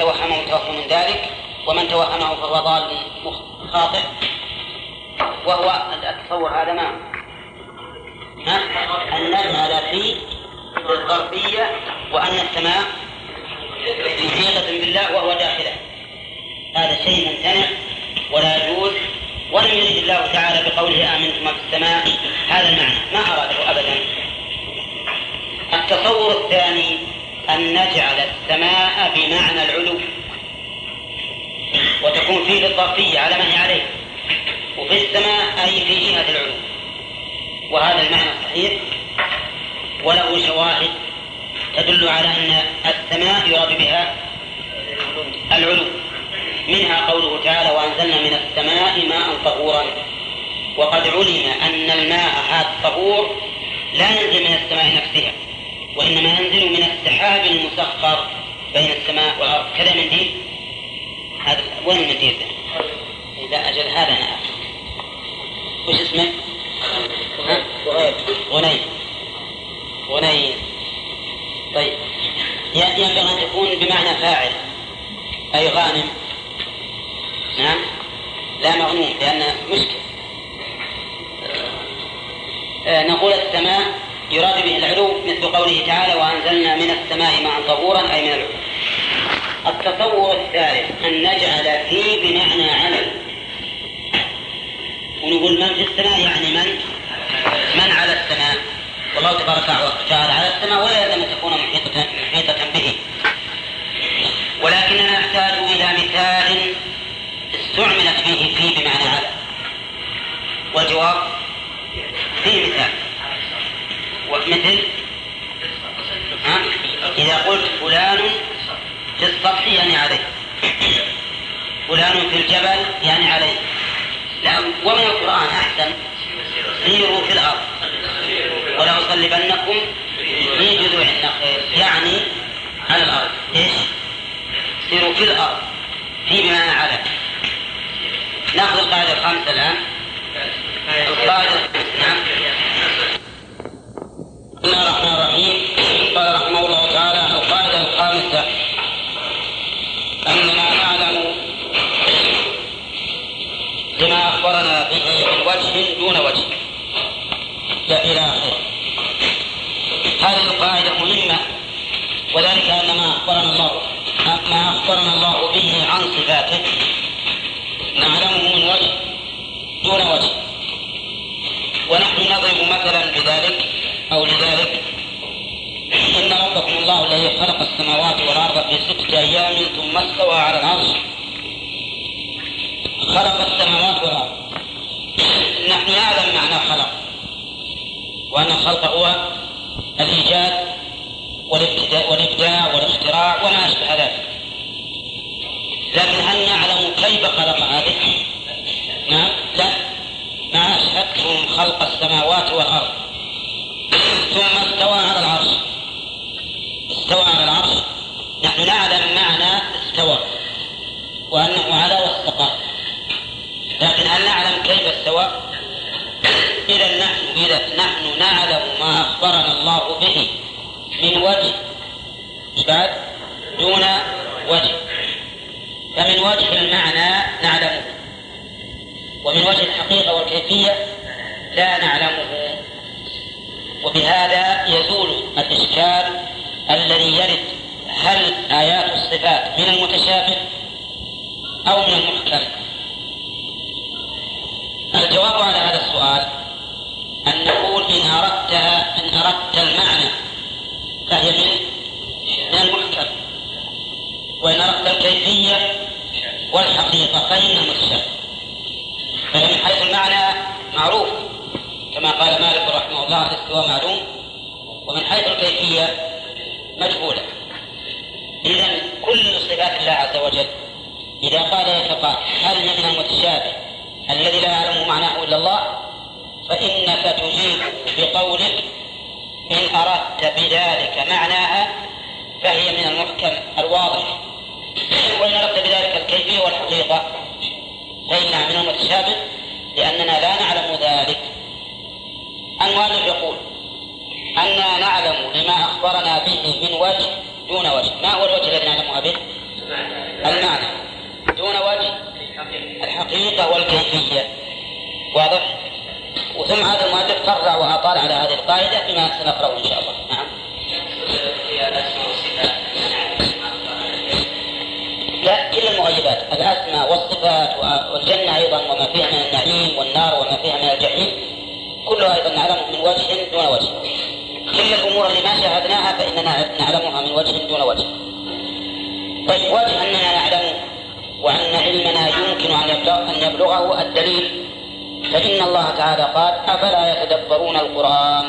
توهمه توهم من ذلك، ومن توهمه فهو ضال خاطئ. وهو التصور هذا ما أن نجعل في الظرفية وأن السماء محيطة بالله وهو داخله، هذا شيء ممتنع ولا يجوز، ولم يرد الله تعالى بقوله آمنتم في السماء هذا المعنى، ما أراده أبدا. التصور الثاني أن نجعل السماء بمعنى العلو، وتكون فيه الظرفية على ما هي عليه، وفي السماء أي في جهة العلو، وهذا المعنى صحيح وله شواهد تدل على أن السماء يراد بها العلو، منها قوله تعالى وأنزلنا من السماء ماء طهورا. وقد علم أن الماء هذا الطهور لا ينزل من السماء نفسها، وإنما ينزل من السحاب المسخر بين السماء والأرض. كذا منديل، هذا وين المنديل ده؟ إذا أجل هذا أنا أعرف. وش اسمه؟ غني. طيب ينبغي أن تكون بمعنى فاعل، أي غانم. نعم، لا مغنوم، لأن مشكل. نقول السماء يراد به العلو، مثل قوله تعالى وأنزلنا من السماء ماء طهورا، أي من العلو. التصور الثالث أن نجعل فيه بمعنى على، ونقول من في السماء يعني من على السماء، والله تبارك وتعالى على السماء ولا يلزم أن تكون محيطة به. ولكننا نحتاج إلى مثال استعملت فيه بمعنى على، والجواب فيه مثال. ومثل إذا قلت فلان في السطح يعني عليه، فلان في الجبل يعني عليه. لا، ومن القرآن أحسن سيروا في الأرض ولأصلبنكم في جذوع النخل، يعني على الأرض. إيش؟ سيروا في الأرض في بمعنى على. نأخذ القاعدة الخامسة الآن. القاعدة نعم. بسم الله الرحمن الرحيم. قال رحمه الله تعالى القاعدة الخامسة أننا نعلم لما أخبرنا به من وجه دون وجه إلى آخره. هذه القاعدة مهمة، وذلك أن ما أخبرنا الله به عن صفاته نعلمه من وجه دون وجه. ونحن نضرب مثلا بذلك أو لذلك إن ربكم الله الذي خلق السماوات والأرض في 6 أيام ثم استوى على العرش. خلق السماوات والأرض، نحن نعلم معنى خلق، وأن الخلق هو الإيجاد والإبداع والاختراع وما أشبه ذلك. لكن هل نعلم كيف خلق هذه؟ نعم، لا، ما أشهدتم خلق السماوات والأرض. ثم استوى على العرش. استوى على العرش، نحن نعلم معنى استوى وأنه على واستقر، لكن هل نعلم كيف استوى؟ إذا نحن نعلم ما أخبرنا الله به من وجه بعد دون وجه. فمن وجه المعنى نعلمه، ومن وجه الحقيقة والكيفية لا نعلمه. وبهذا يزول الإشكال الذي يرد هل آيات الصفات من المتشابه أو من المحكم. الجواب على هذا السؤال أن نقول إن أردت المعنى فهي من المحكم، وإن أردت الكيفية والحقيقة فهي من المتشابه. فمن حيث المعنى معروف كما قال مالك رحمه الله الاستواء معلوم، ومن حيث الكيفية مجهولة. إذن كل صفات الله عز وجل إذا قال يتقال هل هي من المتشابه الذي لا يعلم معناه إلا الله، فإنك تجيب بقولك إن أردت بذلك معناها فهي من المحكم الواضح، وإن أردت بذلك الكيفية والحقيقة فإنها من المتشابه لأننا لا نعلم ذلك. المؤلف يقول أننا نعلم لما أخبرنا به من وجه دون وجه. ما هو الوجه الذي نعلمها به؟ المعنى دون وجه الحقيقة والكيفية. واضح؟ وثم هذا المؤلف قرر وأطال على هذه القاعدة بما سنقرأه إن شاء الله. نعم. لا، كل المغيبات، الأسماء والصفات والجنة أيضا وما فيها من النعيم والنار وما فيها من الجحيم كلها أيضا نعلمه من وجه دون وجه. كل الأمور اللي ما شاهدناها فإننا نعلمها من وجه دون وجه. طيب، وجه أننا نعلمه وأن علمنا يمكن أن يبلغه الدليل، فإن الله تعالى قال: أفلا يتدبرون القرآن.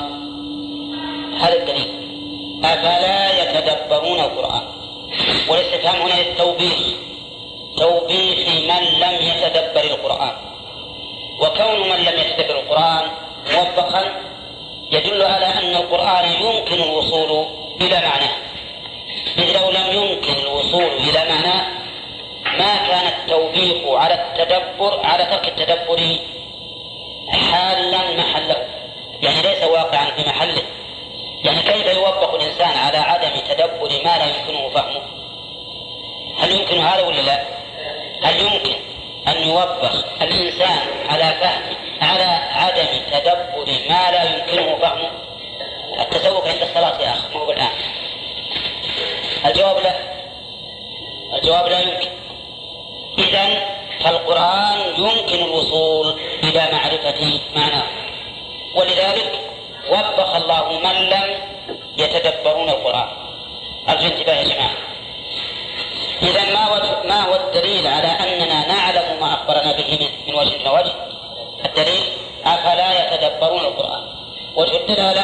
هذا الدليل، أفلا يتدبرون القرآن. والاستفهام هنا للتوبيخ، توبيخ من لم يتدبر القرآن. وكون من لم يتدبر القرآن موبخا يدل على أن القرآن يمكن الوصول إلى معناه، إذ لو لم يمكن الوصول إلى معناه ما كان التوبيخ على التدبر، على ترك التدبر حالا محله، يعني ليس واقعا في محله. يعني كيف يوبخ الإنسان على عدم تدبر ما لا يمكنه فهمه؟ هل يمكن هذا ولا لا؟ هل يمكن أن يوبخ الإنسان على على عدم تدبر ما لا يمكنه فهمه؟ التسوق عند الصلاة يا أخ، ما هو الآن. الجواب لا، الجواب لا يمكن. إذن فالقرآن يمكن الوصول إلى معرفة معناه، ولذلك وبخ الله من لم يتدبرون القرآن. أرجو انتباه يا جماعة. إذن ما هو الدليل على أننا نعلم ما أخبرنا به من وجه من وجه؟ الدليل: أفلا يتدبرون القرآن. وجه الدلالة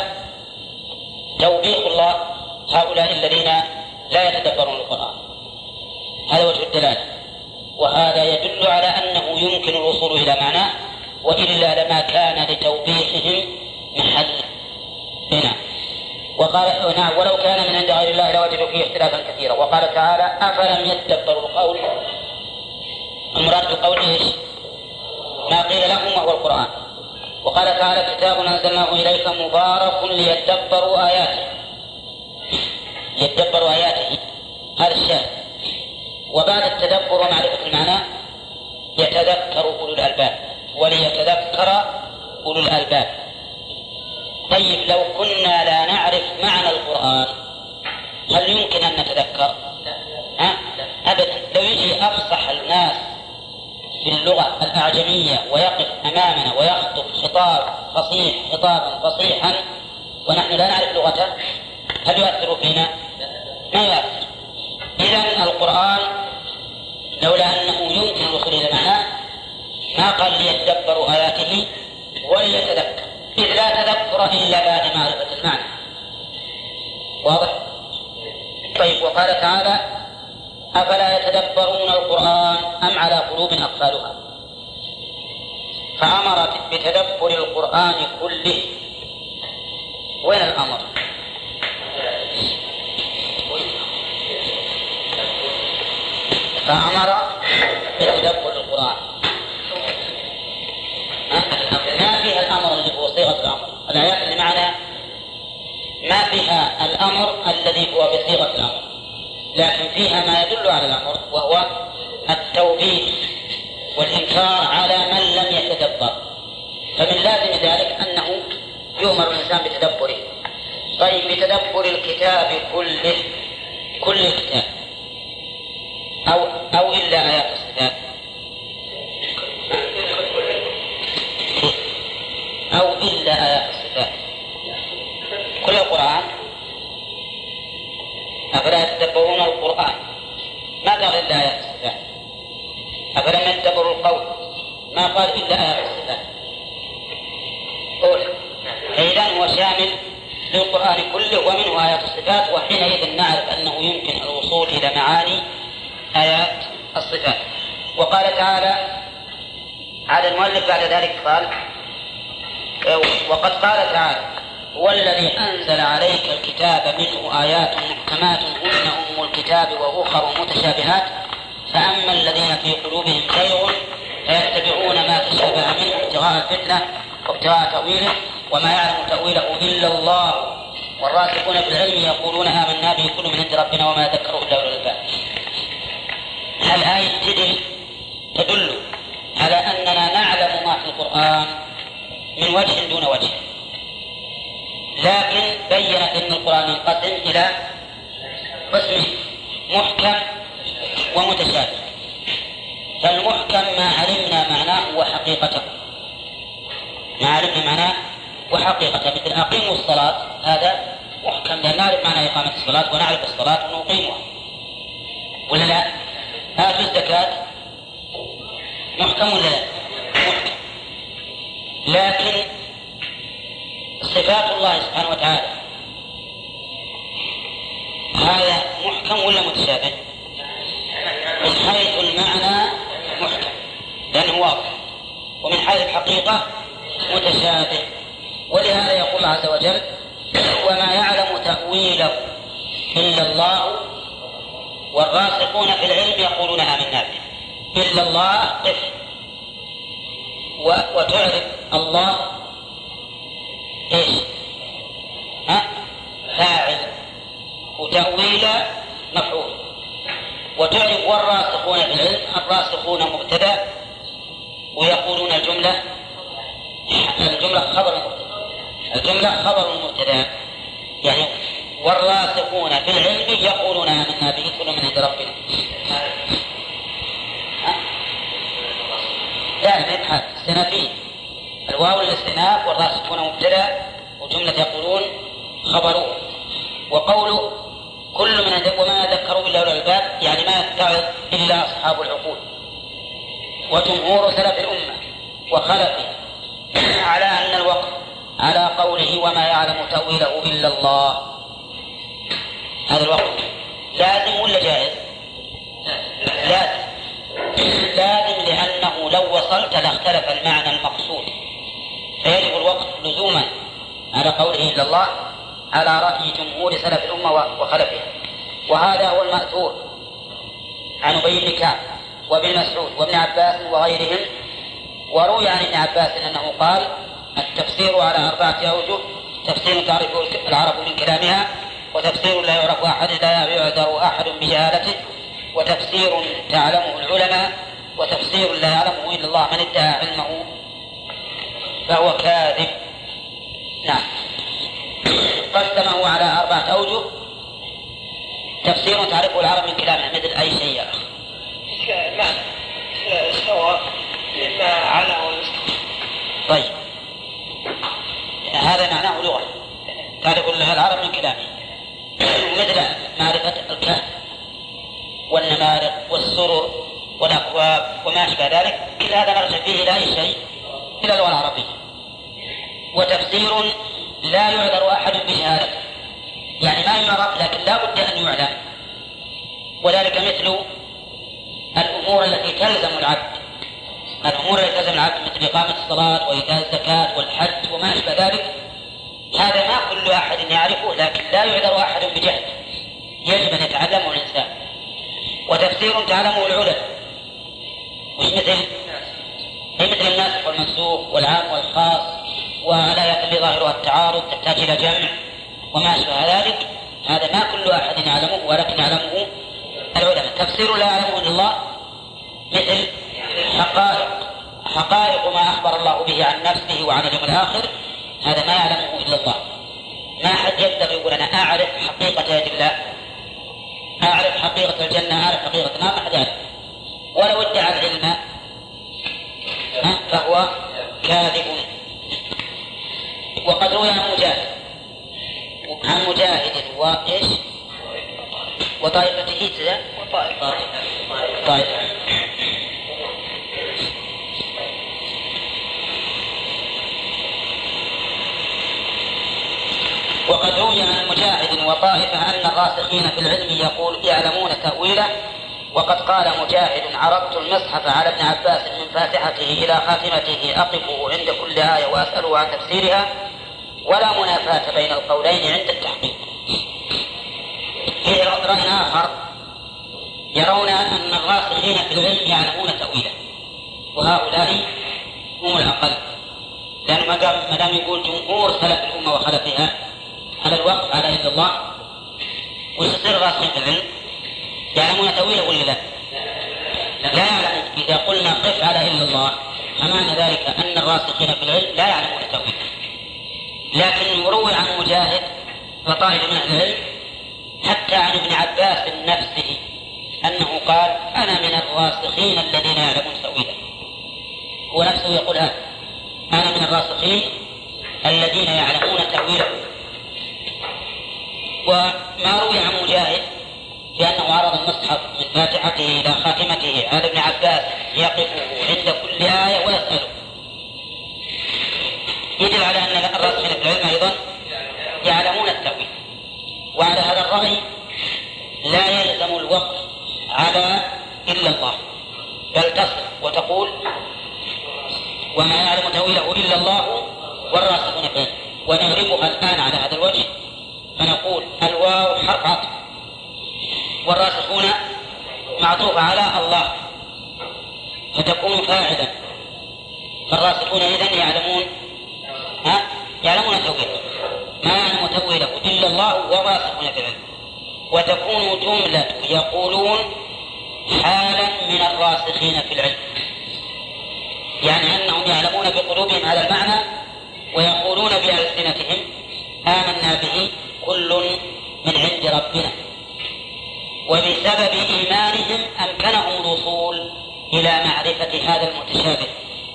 توبيخ الله هؤلاء الذين لا يتدبرون القرآن، هذا وجه الدلالة. وهذا يدل على أنه يمكن الوصول إلى معناه، وإلا لما كان لتوبيخهم محل. هنا وقال: نعم، ولو كان من عند غير الله لوجدوا فيه اختلافا كثيرا. وقال تعالى: أفلم يتدبروا القول. المراد بالقول إيش؟ ما قيل لهم وهو القرآن. وقال تعالى: كتاب أنزلناه إليك مبارك ليتدبروا آياته. يتدبروا آياته، هذا الشاهد. وبعد التدبر ومعرفة المعنى يتذكر أولو الألباب، وليتذكر أولو الألباب. طيب، لو كنا لا نعرف معنى القرآن هل يمكن أن نتذكر؟ أبدا. لو يجي أفصح الناس في اللغة الأعجمية ويقف أمامنا ويخطب خطاب فصيح، خطابا فصيحا، ونحن لا نعرف لغته، هل يؤثر فينا؟ ما يؤثر. إذن القرآن لولا أنه يمكن الوصول إلى معناه ما قال ليتدبروا آياته وليتذكر، إذ لا تذكر إلا بعد معرفة المعنى. واضح؟ طيب، وقال تعالى: أفلا يتدبرون القرآن أم على قلوب أقفالها. فأمر بتدبر القرآن كله. وين الأمر؟ فأمر بتدبر القرآن. ما فيها الأمر اللي هو صيغة الأمر. الآيات اللي معنا ما فيها الأمر الذي هو بصيغة الأمر، لكن فيها ما يدل على الأمر، وهو التوبيخ والإنكار على من لم يتدبر. فمن لازم ذلك أنه يؤمر الإنسان بتدبره. طيب، بتدبر الكتاب كله، كل الكتاب، أو إلا آيات الصفات، أو إلا آيات الصفات، كل القرآن. أفلا يتدبرون القرآن، ما قال إلا آيات الصفات. أفلم يتدبروا القول، ما قال إلا آيات الصفات. إذن هو شامل للقرآن كله ومنه آيات الصفات، وحينئذ نعرف أنه يمكن الوصول إلى معاني آيات الصفات. وقال تعالى على المؤلف بعد ذلك قال: وقد قال تعالى: هو الذي أنزل عليك الكتاب منه آيات محكمات هن أم الكتاب وأخر متشابهات فأما الذين في قلوبهم زيغ فيتبعون ما تشابه منه ابتغاء الفتنة وابتغاء تأويله وما يعلم تأويله إلا الله والراسخون في العلم يقولون آمنا به كل من عند ربنا وما يذكره إلا أولو الألباب. الآية تدل على أننا نعلم ما في القرآن من وجه دون وجه، لكن بيّنت أن القرآن ينقسم إلى قسمين: محكم ومتشابه. فالمحكم ما علمنا معناه وحقيقته، مثل أقيموا الصلاة، هذا محكم لأن نعرف معنى إقامة الصلاة ونعرف الصلاة ونقيمها، ولا لا؟ آتوا الزكاة محكم ولا لا؟ محكم. لكن صفات الله سبحانه وتعالى هذا محكم ولا متشابه؟ من حيث المعنى محكم لأنه واضح، ومن حيث الحقيقة متشابه. ولهذا يقول الله عز وجل: وما يعلم تأويله إلا الله والراسخون في العلم يقولون آمنا به. إلا الله قف، وتعرف الله إيش؟ فاعل، وتأويل مفعول. وتعرف والراسخون في العلم، الراسخون مبتدأ، ويقولون الجملة خبر المبتدأ، يعني والراسخون في العلم يقولون آمنا به كل من عند ربنا. لا نبحث السنفين، الواو للاستئناف، والراسخون مبتدأ، وجملة يقولون خبره. وقوله كل من عند، وما ذكروا إلا أولو الألباب، يعني ما يتعظ إلا أصحاب العقول. وجمهور سلف الأمة وخلفه على أن الوقف على قوله وما يعلم تأويله إلا الله، هذا الوقف لازم ولا جائز؟ لازم، لأنه لو وصلت لاختلف المعنى المقصود، فيجب الوقف لزوما على قوله إلا الله على رأي جمهور سلف الأمة وخلفها. وهذا هو المأثور عن أبي بن كعب وابن مسعود وابن عباس وغيرهم. وروي عن ابن عباس أنه قال: التفسير على 4 أوجه: تفسير تعرفه العرب من كلامها، وتفسير لا يعرف أحد لا يعذر أحد بجهالته، وتفسير تعلمه العلماء، وتفسير لا يعلمه إلا الله من ادعى علمه فهو كاذب. نعم، قسمه على 4 أوجه: تفسير تعرفه العرب من كلامها، مثل أي شيء يا أخي؟ معنى استوى مما على والاستوى. طيب، هذا معناه لغة، تعرف العرب من كلامه، مثل معرفة الكهف والنمارق والسرر والأكواب وما أشبه ذلك، كل هذا نرجع فيه إلى أي شيء؟ إلى اللغة العربية. وتفسير لا يعذر أحد بجهالته، يعني ما يعرف لكن لا بد أن يعلم، وذلك مثل الأمور التي تلزم العبد، مثل إقامة الصلاة وإيتاء الزكاة والحج وما أشبه ذلك، هذا ما كل أحد يعرفه، لكن لا يعذر أحد بجهل، يجب أن يتعلمه الإنسان. وتفسير تعلمه العلماء، مش مثل الناسخ والمنسوخ والعام والخاص والآيات اللي ظاهرها التعارض تحتاج إلى جمع وما أشبه ذلك، هذا ما كل أحد يعلمه، ولكن يعلمه العلماء. تفسير لا يعلمه إلا الله، مثل حقائق ما أخبر الله به عن نفسه وعن اليوم الآخر، هذا ما يعلمه إلا الله. ما حد يقدر يقول أنا أعرف حقيقة يد الله، أعرف حقيقة الجنة، أعرف حقيقة النار، ما حد يعرف. ولو ادعى العلم فهو كاذب. وقد روي عن مجاهد وإيش وطائفته طائفة. وقد روي عن مجاهد وطائفة أن الراسخين في العلم يعلمون تأويله. وقد قال مجاهد: عرضت المصحف على ابن عباس من فاتحته إلى خاتمته أقفه عند كل آية وأسأله عن تفسيرها، ولا منافاة بين القولين عند التحقيق. فيه رأي آخر يرون أن الراسخين في العلم يعلمون تأويله، وهؤلاء هم الأقل، لأن ما دام يقول جمهور سلف الأمة وخلفها على الوقف على يد الله، ويصير الراسخين في العلم يعلمون تأويله ولا لا؟ لا يعلمون. إذا قلنا قف على إلا الله فمعنى ذلك أن الراسخين في العلم لا يعلمون تأويله. لكن روي عن مجاهد وطائفة من العلم حتى عن ابن عباس نفسه أنه قال أنا من الراسخين الذين يعلمون تأويله. هو نفسه يقول هذا، أنا من الراسخين الذين يعلمون تأويله. وما روي عن مجاهد بأنه عرض المصحف من فاتحته إلى خاتمته على ابن عباس يقف عند كل آية ويسأله، يدل على أن الراسخين في العلم أيضا يعلمون التأويل. وعلى هذا الرأي لا يلزم الوقف على إلا الله، بل تصل وتقول وما يعلم تأويله إلا الله والراسخون في العلم. ونغربها الآن على هذا الوجه فنقول الواو حرف عطف والراسخون معطوف على الله فتكون فاعلا، فالراسخون إذن يعلمون تأويله، ما يعلم تأويله إلا الله والراسخون في العلم. وتكون جملة يقولون حالا من الراسخين في العلم، يعني أنهم يعلمون بقلوبهم هذا المعنى ويقولون بألسنتهم آمنا به كل من عند ربنا، وبسبب إيمانهم أمكنهم الوصول إلى معرفة هذا المتشابه.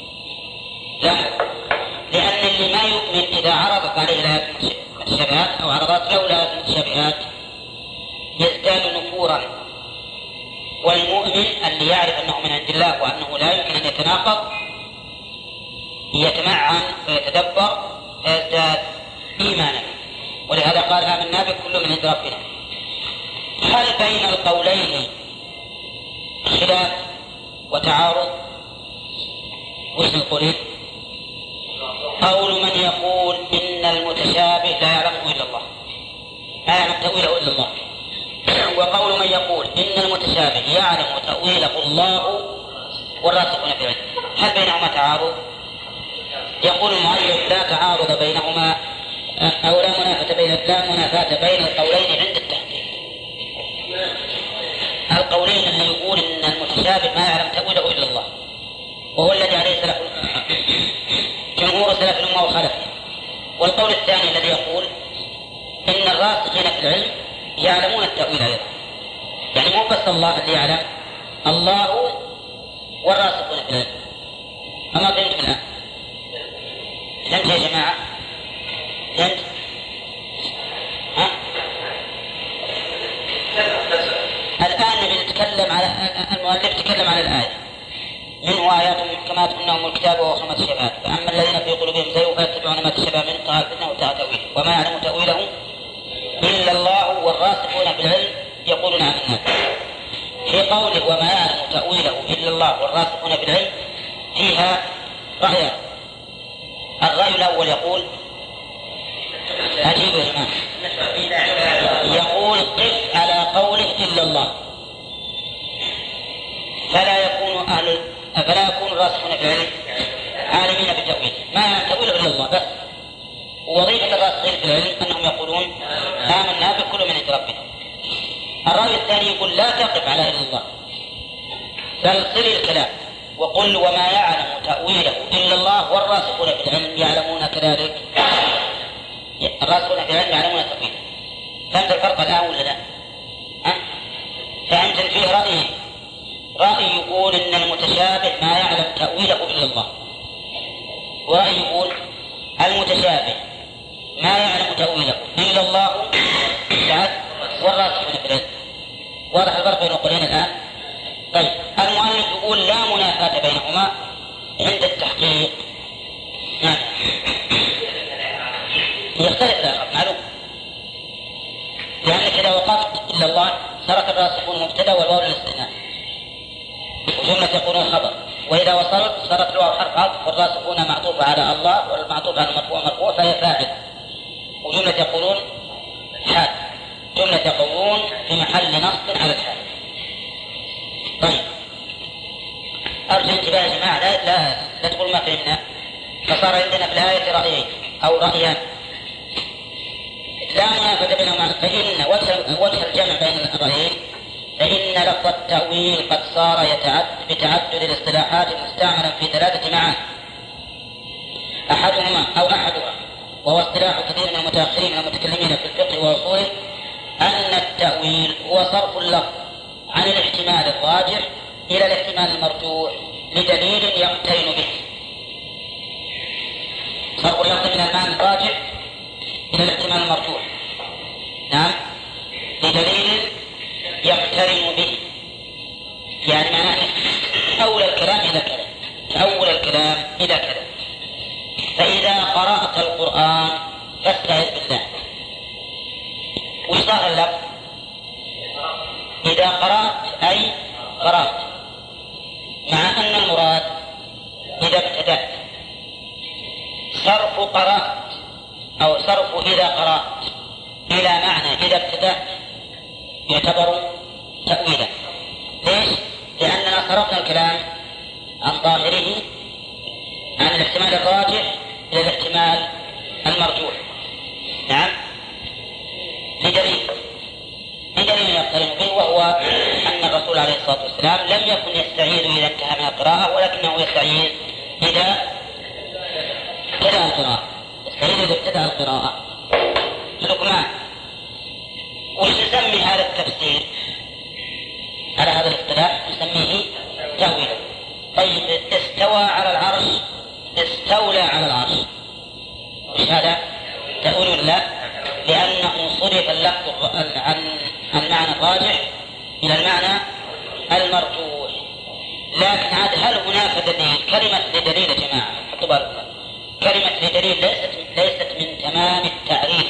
لأن اللي ما يؤمن إذا عرضت عليه الآيات المتشابهات أو عرضت له الآيات المتشابهات يزداد نفورا، والمؤمن اللي يعرف أنه من عند الله وأنه لا يمكن أن يتناقض يتمعن ويتدبر فيزداد إيمانا. ولهذا قال آمنا بكل من عند ربنا. هل بين القولين خلاف وتعارض؟ وش القولين؟ قول من يقول إن المتشابه لا يعلمه إلا الله، لا يعلم تأويله إلا الله، وقول من يقول إن المتشابه يعلم تأويله الله والراسخون في العلم. هل بينهما تعارض؟ يقول المؤلف لا تعارض بينهما أو لا منافاة بين القولين عند التحقيق. القولين اللي يقول إن المتشابه ما يعلم تأويله إلا الله وهو الذي عليه جمهور سلف الأمة وخلفها، والقول الثاني الذي يقول إن الراسخين في العلم يعلمون التأويل أيضا، يعني مو بس الله الذي يعلم، الله والراسخون في العلم. أما فهمت الآن؟ فهمت يا جماعة؟ فهمت؟ الآن نبي نتكلم على المؤلف تكلم على الآية منه آيات محكمات هن الكتاب وهو متشابهات، فأما الذين في قلوبهم زيغ فيتبعون ما تشابه منه ابتغاء الفتنة وابتغاء تأويله وما يعلم تأويله إلا الله والراسخون في العلم يقولون آمنا. في قوله وما يعلم تأويله إلا الله والراسخون في العلم فيها رأيان. الرأي الأول يقول أجيب يا جماعة، يقول قف على قوله إلا الله، فلا يكون الراسخون في العلم عالمين بالتأويل، ما يعلم تأويله إلا الله بس. ووظيفة الراسخين في العلم أنهم يقولون آمنا بكل من عند ربنا. الرأي الثاني يقول لا تقف على إلا الله، بل صل الكلام وقل وما يعلم تأويله إلا الله والراسخون في العلم يعلمون كذلك. الراسخون في العلم يعلمون تأويله. فهمت الفرق الآن ولا لا؟ فهمت فيه رأيين. رأي يقول إن المتشابه ما يعلم تأويله إلا الله، ورأي يقول المتشابه ما يعلم تأويله إلا الله والراسخون في العلم. واضح الفرق بين القولين الآن؟ طيب المؤلف يقول لا منافاة بينهما عند التحقيق. نعم يختلف الآخر معلوم، لأنك إذا وقفت إلا الله صارت الراسخون مبتدأ والواو للاستئناف وجملة يقولون خبر، وإذا وصلت صارت الواو حرف عطف والراسخون معطوف على الله والمعطوف على المرفوع فهي فاعل، وجملة يقولون حال، جملة يقولون في محل نصب على الحال. طيب أرجو انتباه يا جماعة، لا تقول ما فهمنا. فصار عندنا في الآية رأيين أو رأيان لا منافاة بينهما، فإن وجه الجمع بين الرأيين فإن لفظ لفظ التأويل قد صار بتعدد الاصطلاحات مستعملا في 3 معاني، أحدها وهو اصطلاح كثير من المتأخرين من المتكلمين في الفقه وأصوله، أن التأويل هو صرف اللفظ عن الاحتمال الراجح إلى الاحتمال المرجوح لدليل يقترن به. صرف اللفظ من المعنى الراجح إلى الاحتمال المرجوح، نعم، لدليل يقترن به، يعني معناه تأول الكلام إلى كذا. فإذا قرأت القرآن فاستعذ بالله. وش صار اللفظ؟ إذا قرأت أي قرأت، مع أن المراد إذا ابتدأت. صرف قرأت أو صرف إذا قرأت إلى معنى إذا ابتدأت يعتبر تأويلا. ليش؟ لأننا صرفنا الكلام عن ظاهره، عن الاحتمال الراجح إلى الاحتمال المرجوح، نعم، لدليل يقترن به، وهو أن الرسول عليه الصلاة والسلام لم يكن يستعيذ إذا انتهى من القراءة، ولكنه يستعيذ إذا ابتدأ القراءة. لقمان، وش نسمي هذا التفسير على هذا الاصطلاح؟ نسميه تأويلا. طيب، استوى على العرش، استولى على العرش، وش هذا؟ تأويل ولا لا؟ لأنه صرف اللفظ عن المعنى الراجح إلى المعنى المرجوح. لكن هل هناك دليل؟ كلمة لدليل يا جماعة، حطوا بالكم، كلمة لدليل ليست من تمام التعريف،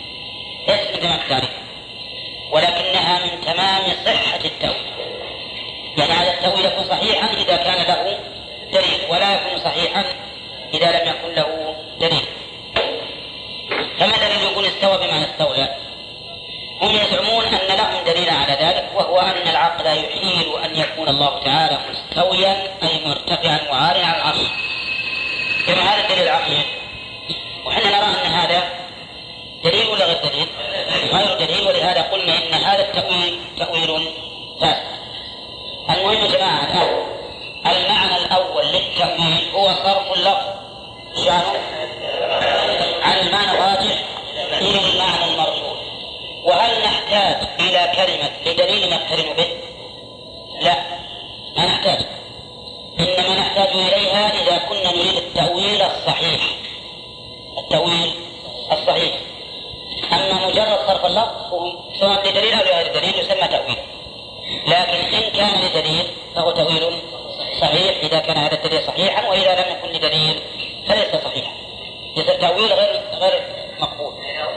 ولكنها من تمام صحة التأويل. يعني هذا التأويل يكون صحيحا إذا كان له دليل، ولا يكون صحيحا إذا لم يكن له دليل. فمثلا يقول استوى بمعنى استولى، هم يزعمون أن لهم دليل على ذلك، وهو أن العقل يحيل أن يكون الله تعالى مستويا أي مرتفعا وعاليا على العرش، كما هذا الدليل العقلي. وحنا نرى أن هذا دليل ولا غير دليل؟ غير دليل، ولهذا قلنا إن هذا التأويل تأويل فاسد. المهم يا جماعة، الآن المعنى الأول للتأويل هو صرف اللفظ عن المعنى الراجح إلى المعنى المرجوح. وهل نحتاج إلى كلمة لدليل نقترن به؟ لا، ما نحتاج، إنما نحتاج إليها إذا كنا نريد التأويل الصحيح. أما مجرد صرف اللفظ سواء لدليل أو لغير دليل يسمى تأويل. لكن إن كان لدليل فهو تأويل صحيح إذا كان هذا الدليل صحيحا، وإذا لم يكن لدليل فليس صحيحا، ليس التأويل غير مقبول.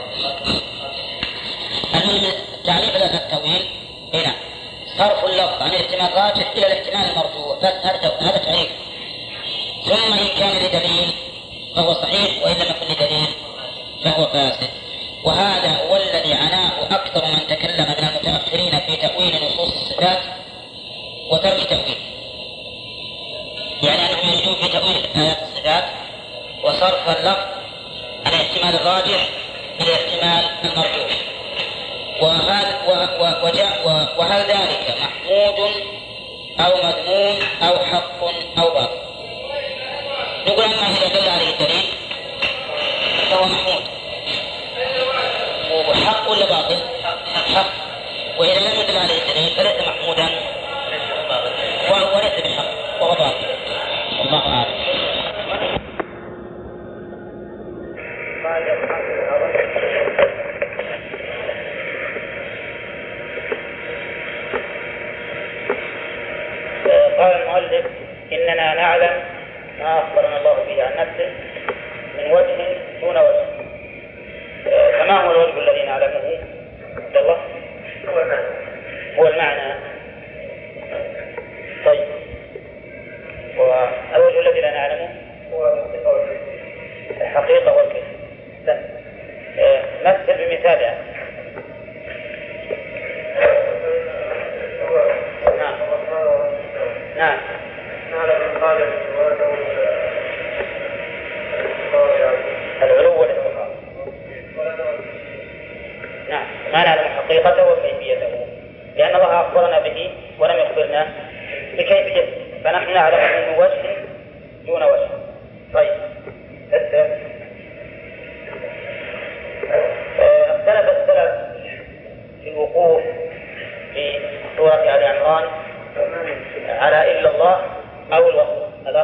المهم تعريف لفظ التأويل هنا صرف اللفظ عن الاحتمال الراجح إلى الاحتمال المرجوح، بس هذا تعريف. ثم إن كان لدليل فهو صحيح، وإن لم يكن لدليل فهو فاسد. وهذا هو الذي عناه أكثر من تكلم من المتأخرين في تأويل نصوص الصفات وترك تأويل، يعني أنهم يريدون في تأويل آيات الصفات وصرف اللفظ عن الاحتمال الراجح إلى الاحتمال المرجوح. وهل ذلك محمود أو مذموم أو حق أو باطل؟ نقول أما إذا دل عليه الدليل فهو محمود، وحق ولا باطل؟ حق. وإذا لم يدل عليه الدليل فليس محمودا وليس بحق، وهو باطل. الله أعلم. قال المؤلف: إننا نعلم ما أخبرنا الله به عن نفسه من وجه دون وجه. فما هو الوجه الذي نعلمه عند الله؟ هو المعنى. طيب، والوجه الذي لا نعلمه هو الحقيقة والكيف. مثل بمثال. نعم. العلو والإنفاق. نعم، ما نعلم حقيقته وكيفيته. لأن الله أخبرنا به ولم يخبرنا بكيفية، فنحن نعلم من وجه دون وجه. طيب اختلف السلف في الوقوف في سورة آل عمران على إلا الله أو الوقف. هذا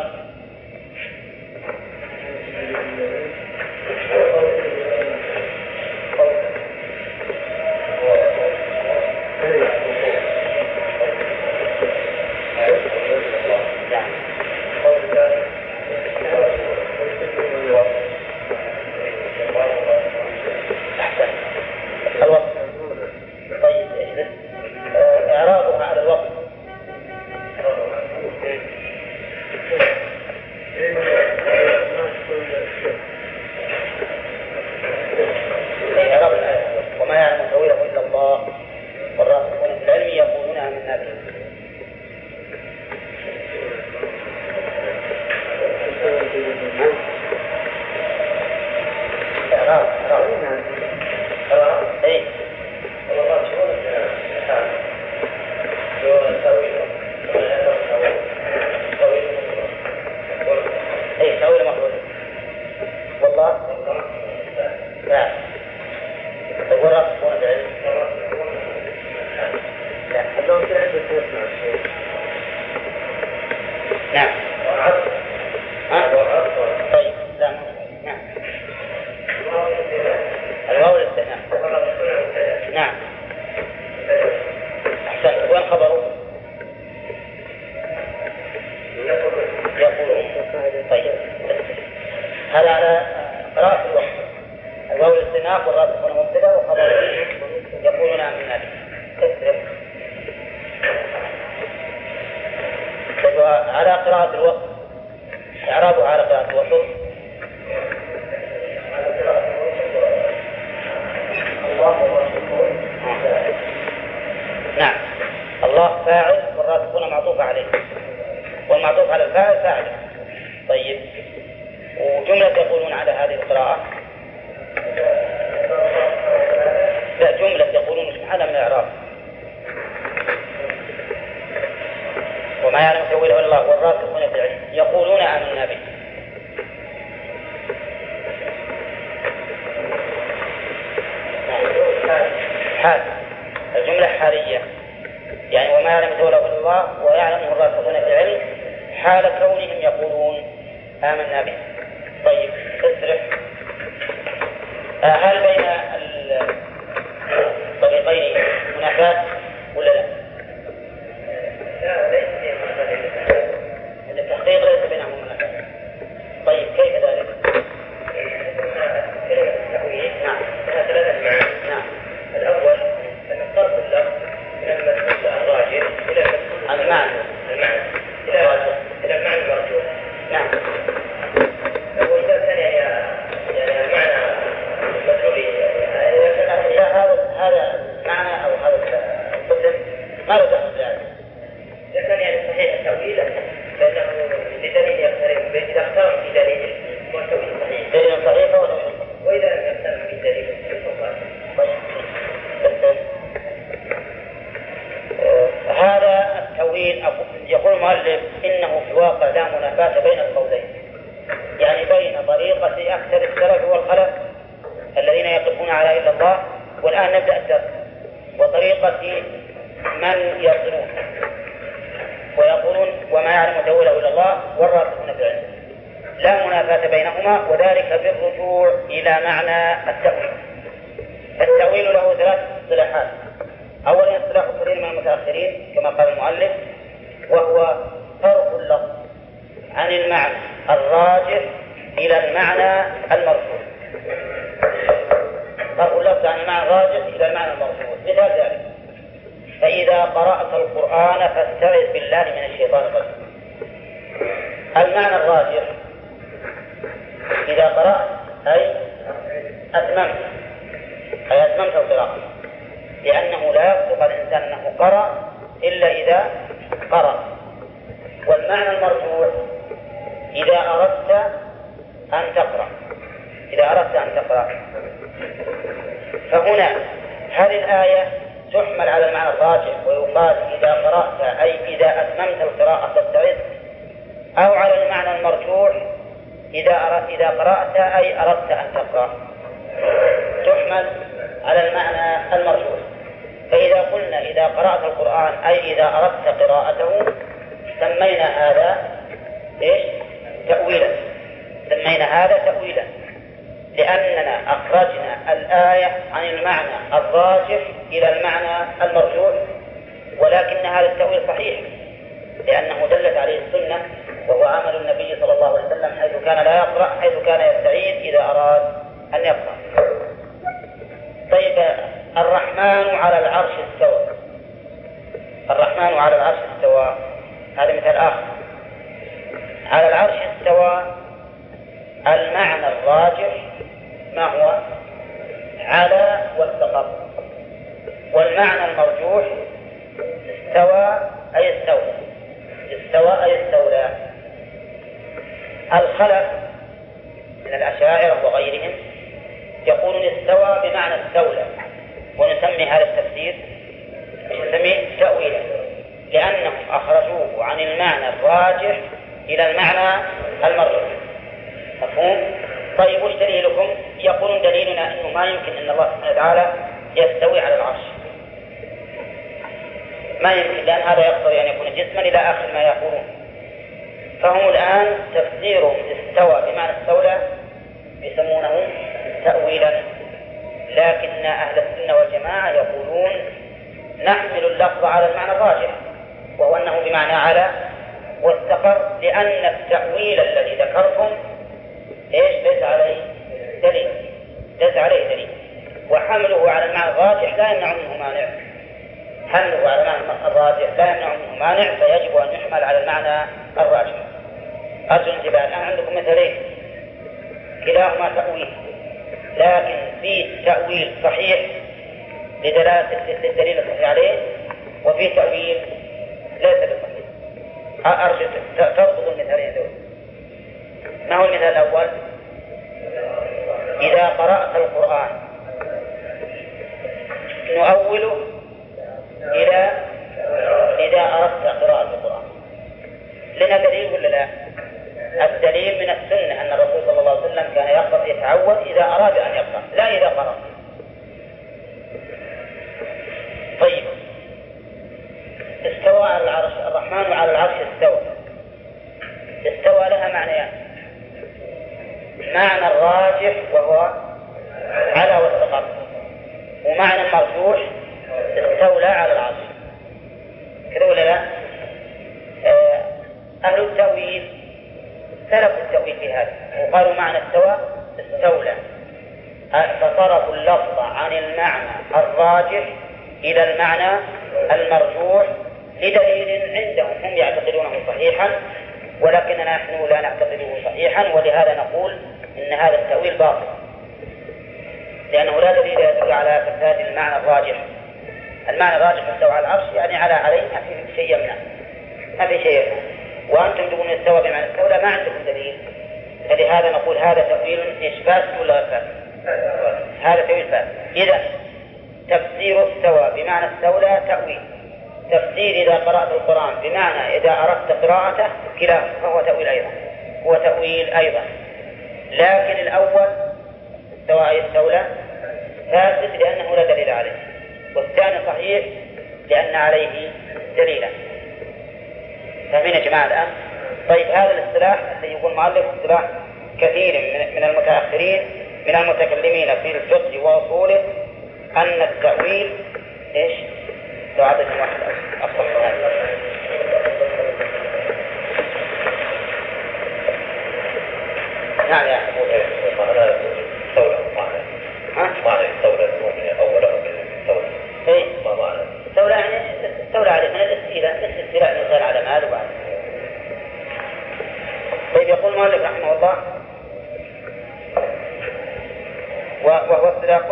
الجملة حالية، يعني وما يعلم تأويله إلا الله ويعلمه الراسخون في العلم حال كونهم يقولون آمنا به. طيب تصرف هل بين الطريقين منافاة ولا لا؟ التحقيق ليس بينهم منافاة. طيب كيف ذلك؟ كلمة التحويل لها ثلاثة معاني. نعم. الأول أن صرف اللفظ من المدلول الراجح إلى المعنى إلى المعنى المرجوح. نعم. وإذا كان يعني المعنى المدلول هذا معنى أو هذا القسم ما له دخل بهذا. إذا كان يعني صحيح التأويل فإنه لدليل يقترن به، إذا اقترن في دليل هو التأويل صحيح. دليل صحيح وإذا لم يقترن في دليل هذا التأويل يقول المؤلف إنه في الواقع لا منافاة بين القولين، يعني بين طريقة أكثر السلف والخلف الذين يقفون على إلا الله، والآن نبدأ الدرس، وطريقة من يصلون ويقولون وما يعلم تأويله إلا الله والراسخون في العلم، لا منافاة بينهما، وذلك بالرجوع إلى معنى التأويل. التأويل له ثلاث اصطلاحات. أولا اصطلاح كثير من المتأخرين كما قال المؤلف، وهو صرف اللفظ عن المعنى الراجح إلى المعنى المرجوح. صرف اللفظ عن المعنى الراجح إلى المعنى المرجوح. مثال ذلك: فإذا قرأت القرآن فاستعذ بالله من الشيطان الرجيم. المعنى الراجح إذا قرأت أي أتممت القراءة، لأنه لا يصدق الإنسان أنه قرأ إلا إذا قرأ. والمعنى المرجوح إذا أردت أن تقرأ. فهنا هذه الآية تحمل على المعنى الراجح ويقال إذا قرأت أي إذا أتممت القراءة فاستعذ، أو على المعنى المرجوح إذا قرأت أي أردت أن تقرأ، تحمل على المعنى المرجوح. فإذا قلنا إذا قرأت القرآن أي إذا أردت قراءته سمينا هذا إيش؟ تأويلا، سمينا هذا تأويلا، لأننا أخرجنا الآية عن المعنى الراجح إلى المعنى المرجوح، ولكن هذا التأويل صحيح لأنه دلت عليه السنة، وهو عمل النبي صلى الله عليه وسلم حيث كان لا يقرأ، حيث كان يستعيذ إذا أراد أن يقرأ. طيب، الرحمن على العرش استوى. الرحمن على العرش استوى، هذا مثال آخر. على العرش استوى المعنى الراجح ما هو؟ على واستقر، والمعنى المرجوح استوى أي استولى، استوى أي استولى. الخلف من الأشاعرة وغيرهم يقولون استوى بمعنى استولى، ونسمي هذا التفسير نسميه تأويلا، لأنهم أخرجوه عن المعنى الراجح إلى المعنى المرجوح. مفهوم؟ طيب، وش دليلكم؟ يقولون دليلنا أنه ما يمكن أن الله سبحانه وتعالى يستوي على العرش، ما يمكن، لأن هذا يقتضي أن يكون جسما إلى آخر ما يقولون. فهم الآن تفسيرهم استوى بمعنى استولى يسمونه تأويلا، لكن أهل السنة والجماعة يقولون نحمل اللفظ على المعنى الراجح، وهو أنه بمعنى على واستقر، لأن التأويل الذي ذكرتم ليس عليه دليل، ليس عليه دليل، وحمله على المعنى الراجح لا يمنع منه مانع، حمله على المعنى الراجح لا يمنع منه مانع، فيجب أن يحمل على المعنى الراجح. أرجو الانتباه، الآن عندكم مثلين كلاهما تأويل، لكن فيه تأويل صحيح لدلالة الدليل الصحيح عليه، وفيه تأويل ليس بصحيح. أرجو تربط المثالين دول. ما هو المثال الأول؟ إذا قرأت القرآن نؤوله إلى إذا أردت قراءة القرآن. لنا دليل ولا لا؟ الدليل من السنة أن الرسول صلى الله عليه وسلم كان يقرأ يتعوذ إذا أراد أن يقرأ، لا إذا قرأ. طيب، استوى على العرش، الرحمن على العرش استوى. استوى لها معنيان، معنى الراجح وهو على واستقر، ومعنى مرجوح استولى على العرش، كذا ولا لا؟ أهل التأويل سلكوا التأويل في هذا وقالوا معنى استوى استولى، فصرفوا اللفظ عن المعنى الراجح إلى المعنى المرجوح لدليل عندهم هم يعتقدونه صحيحا، ولكننا نحن لا نعتقده صحيحا، ولهذا نقول إن هذا التأويل باطل، لأنه لا دليل يدل على فساد المعنى الراجح. المعنى الراجح استوى على العرش يعني عليه، ما في شيء يمنع، ما في شيء يمنع، وأنتم تقولون استوى بمعنى استولى ما عندكم دليل، فلهذا نقول هذا تأويل إيش فاسد ولا غير فاسد؟ هذا تأويل فاسد. إذا تفسير استوى بمعنى استولى تأويل، تفسير إذا قرأت القرآن بمعنى إذا أردت قراءته كلاهما فهو تأويل أيضا، هو تأويل أيضا. لكن الأول استوى استولى فاسد لأنه لا دليل عليه، والثاني صحيح لأن عليه دليلا. فاهمين يا جماعة الآن؟ طيب، هذا الاصطلاح الذي يقول مؤلف اصطلاح كثير من المتأخرين من المتكلمين في الفقه وأصوله، أن التأويل إيش؟ لو عدد واحد أصح هذا. نعم يا أخي. معنى استولى، معنى استولى أولا استولى. إيه؟ ما معنى؟ استولى يعني استولى عليه من الاستيلاء، الاستيلاء الإنسان على مال وبعد. طيب، يقول مالك رحمه الله وهو الصداق،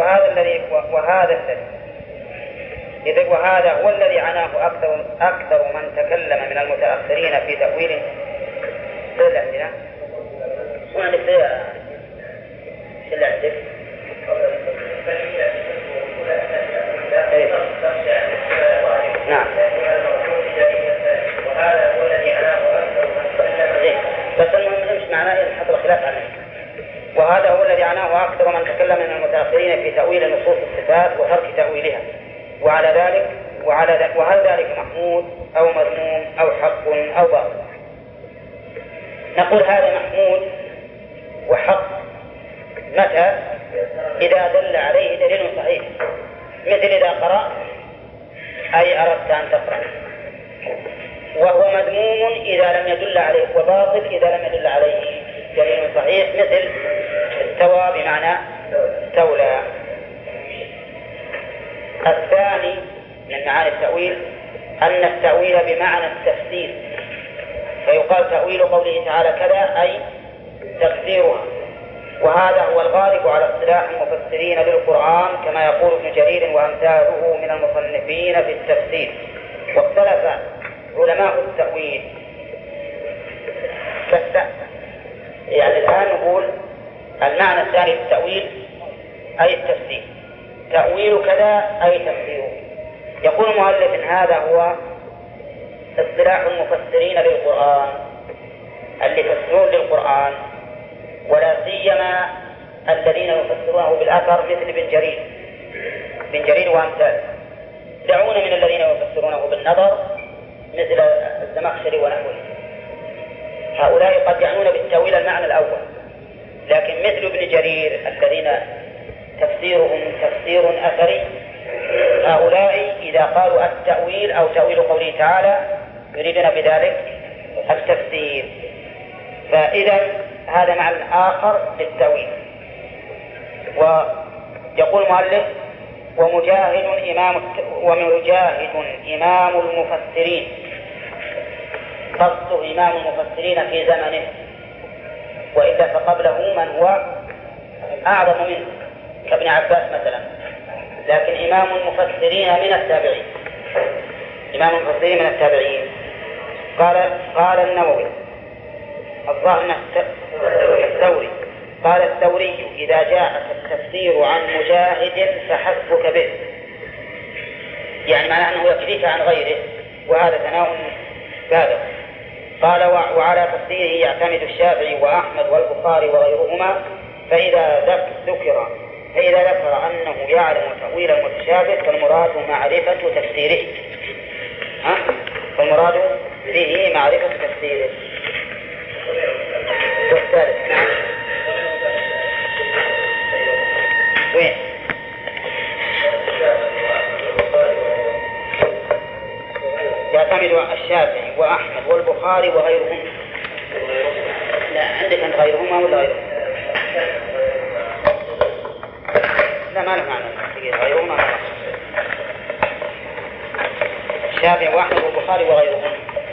وهذا هو الذي عناه أكثر من تكلم من المتأخرين في تأويله. سأل عندنا وعندك سأل عندك نعم. بس المهم مش معناه نحط الخلاف عليه. وهذا هو الذي عناه أكثر من تكلم من المتأخرين في تأويل نصوص الصفات وترك تأويلها. وهل ذلك محمود أو مذموم أو حق أو باطل؟ نقول هذا محمود وحق متى؟ إذا دل عليه دليل صحيح، مثل إذا قرأ أي أردت أن تقرأ. وهو مذموم إذا لم يدل عليه، وباطل إذا لم يدل عليه دليل صحيح، مثل استوى بمعنى استولى. الثاني من معاني التأويل أن التأويل بمعنى التفسير، فيقال تأويل قوله تعالى كذا أي تفسيرها، وهذا هو الغالب على اصطلاح المفسرين للقرآن كما يقول ابن جرير وأمثاله من المصنفين في التفسير. واختلف علماء التأويل يعني الآن نقول المعنى الثاني للتأويل أي التفسير، تأويل كذا أي تفسيره. يقول المؤلف إن هذا هو اصطلاح المفسرين للقرآن اللي يفسرون للقرآن، ولا سيما الذين يفسرونه بالأثر مثل بن جرير وأمثاله. دعونا من الذين يفسرونه بالنظر مثل الزمخشري ونحوه، هؤلاء قد يعنون بالتأويل المعنى الأول، لكن مثل ابن جرير الذين تفسيرهم تفسير أثري، هؤلاء إذا قالوا التأويل أو تأويل قوله تعالى يريدون بذلك التفسير. فإذا هذا معنى آخر للتأويل. ويقول المؤلف ومجاهد إمام المفسرين، قصده إمام المفسرين في زمنه، وإلا فقبله من هو أعظم منه كابن عباس مثلا، لكن إمام المفسرين من التابعين. إمام المفسرين من التابعين. قال النووي الظاهر الثوري قال الثوري إذا جاء التفسير عن مجاهد فحسبك به، يعني معناه أنه يكفيك عن غيره، وهذا ثناء بالغ. قال وعلى تفسيره يعتمد الشافعي وأحمد والبخاري وغيرهما، فإذا ذكر أنه يعلم تأويل المتشابه فالمراد معرفة تفسيره، فالمراد به معرفة تفسيره. والثالث نعم وين؟ يعتمد الشافعي وأحمد والبخاري وغيرهم. لا عندك أنت غيرهما ولا غيرهم؟ لا ما له معنى غيرهما، الشافعي وأحمد والبخاري وغيرهم.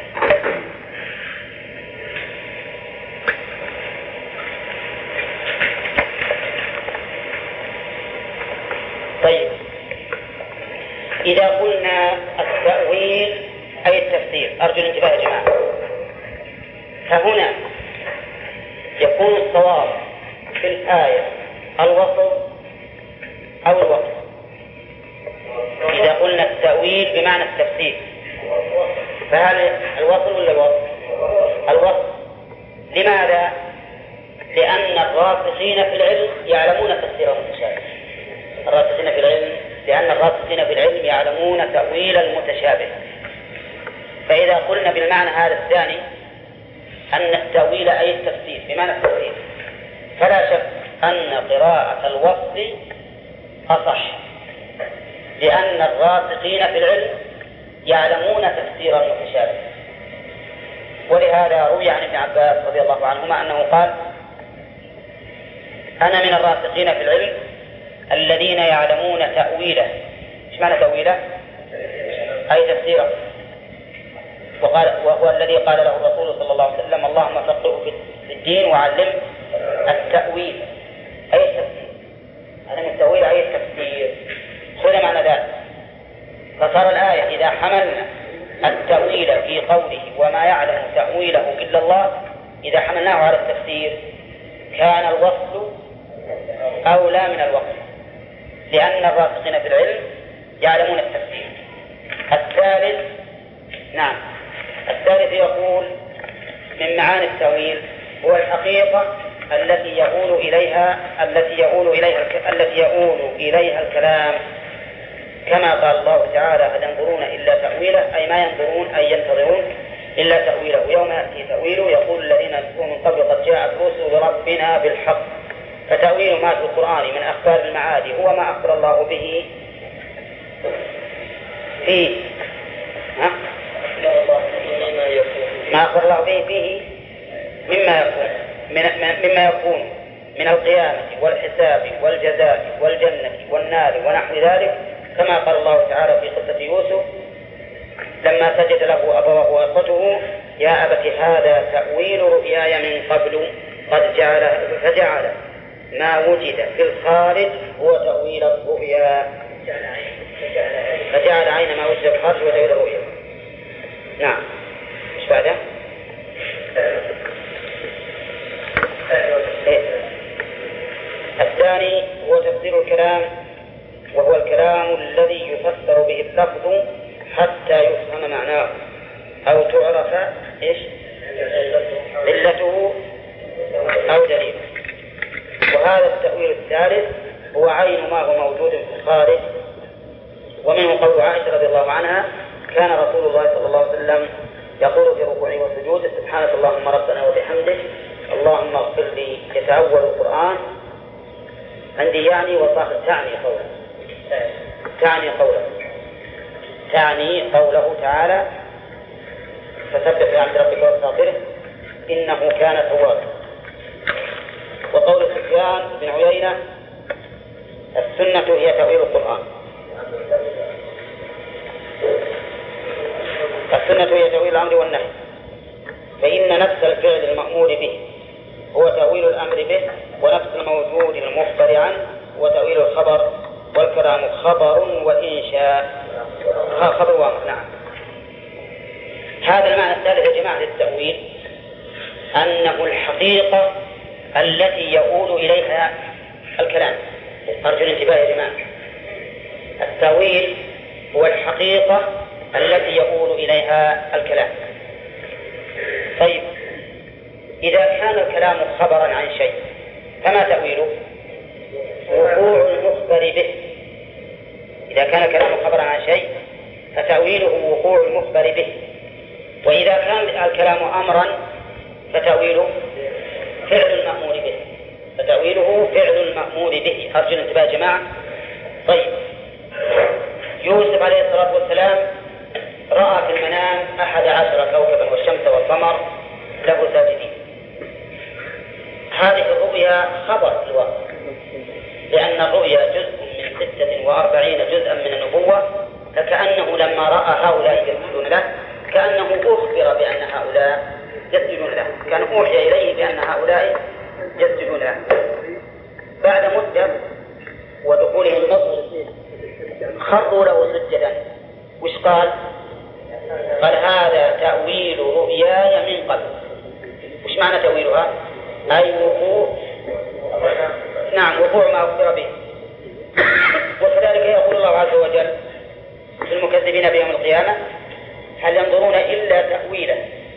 طيب إذا قلنا التأويل أي التفسير، أرجو الانتباه يا جماعة، فهنا يكون الصواب في الآية الوصف أو الوصف. إذا قلنا التأويل بمعنى التفسير فهل الوصف ولا الوصف؟ الوصف. لماذا؟ لأن الراسخين في العلم يعلمون تفسير المتشابه. لأن الراسخين في العلم يعلمون تأويل المتشابه. فإذا قلنا بالمعنى هذا الثاني أن التأويل أي التفسير بمعنى التفسير، فلا شك أن قراءة الوصف أصح، لأن الراسخين في العلم يعلمون تفسير المتشابه. ولهذا روي عن ابن عباس رضي الله عنهما أنه قال أنا من الراسخين في العلم الذين يعلمون تأويله. إيش معنى تأويله؟ أي تفسيره. وهو الذي قال له الرسول صلى الله عليه وسلم اللهم فقهه في الدين وعلمه التأويل أي التفسير. أنا من التأويل أي التفسير. خذ معنى ذلك. فصار الآية إذا حملنا التأويل في قوله وما يعلم تأويله إلا الله، إذا حملناه على التفسير كان الوصف أولى من الوصف، لأن الراسخين في العلم يعلمون التفسير. الثالث نعم. الثالث يقول من معاني التأويل هو الحقيقة التي يؤول إليها الكلام، كما قال الله تعالى هل ينظرون إلا تأويله، أي ما ينظرون أي ينتظرون إلا تأويله، يوم يأتي تأويله يقول الذين يكفرون من قبل قد جاءت رسل ربنا بالحق. فتأويل ما في القرآن من أخبار المعاد هو ما أخبر الله به فيه ما أخبر الله به فيه مما يكون من القيامة والحساب والجزاء والجنة والنار ونحو ذلك، كما قال الله تعالى في قصة يوسف لما سجد له أبواه وإخوته يا أبت هذا تأويل رؤياي من قبل قد فجعل ما وجد في الخارج هو تأويل الرؤيا، فجعل عين ما وجد في الخارج هو تأويل الرؤيا. نعم. ايش بعده؟ الثاني هو تفسير الكلام، وهو الكلام الذي يفسر به اللفظ حتى يفهم معناه أو تعرف علته أو دليله. وهذا التأويل الثالث هو عين ما هو موجود في الخارج، ومنه قول عائشة رضي الله عنها كان رسول الله صلى الله عليه وسلم يقول في ركوعه وسجوده سبحانك اللهم ربنا وبحمدك اللهم اغفر لي. يتأول القرآن عندي يعني وصاحب تعني قوله تعالى فسبح بحمد ربك واستغفره إنه كان توابا. وقول سفيان بن عيينة السنة هي تأويل القرآن، السنة هي تأويل الأمر والنهي، فإن نفس الفعل المأمور به هو تأويل الأمر به، ونفس الموجود المخبر عنه هو تأويل الخبر، والكلام خبر وإنشاء خبر وامر. نعم. هذا المعنى الثالث يا جماعة للتأويل أنه الحقيقة التي يؤول إليها الكلام. أرجو الانتباه يا جماعة، التأويل هو الحقيقة التي يؤول إليها الكلام. طيب إذا كان الكلام خبرا عن شيء فما تأويله؟ وقوع المخبر به. إذا كان الكلام خبرا عن شيء فتأويله وقوع المخبر به، وإذا كان الكلام أمرا فتأويله فعل المأمور به، أرجو الانتباه يا جماعة. طيب يوسف عليه الصلاة والسلام رأى في المنام 11 كوكبا والشمس والقمر له ساجدين. هذه الرؤيا خبر في الواقع، لأن الرؤيا جزء من 46 جزءا من النبوة، فكأنه لما رأى هؤلاء يسجدون له كأنه أخبر بأن هؤلاء يسجدون له، كان أوحي إليه بأن هؤلاء يسجدون له. بعد مدة ودخولهم مصر خروا له سجدا. وش قال؟ قال هذا تأويل رؤياي من قبل. وش معنى تأويلها؟ أي وقوع، نعم وقوع ما أخبر به. وكذلك يقول الله عز وجل في المكذبين بيوم القيامة هل ينظرون إلا تأويله.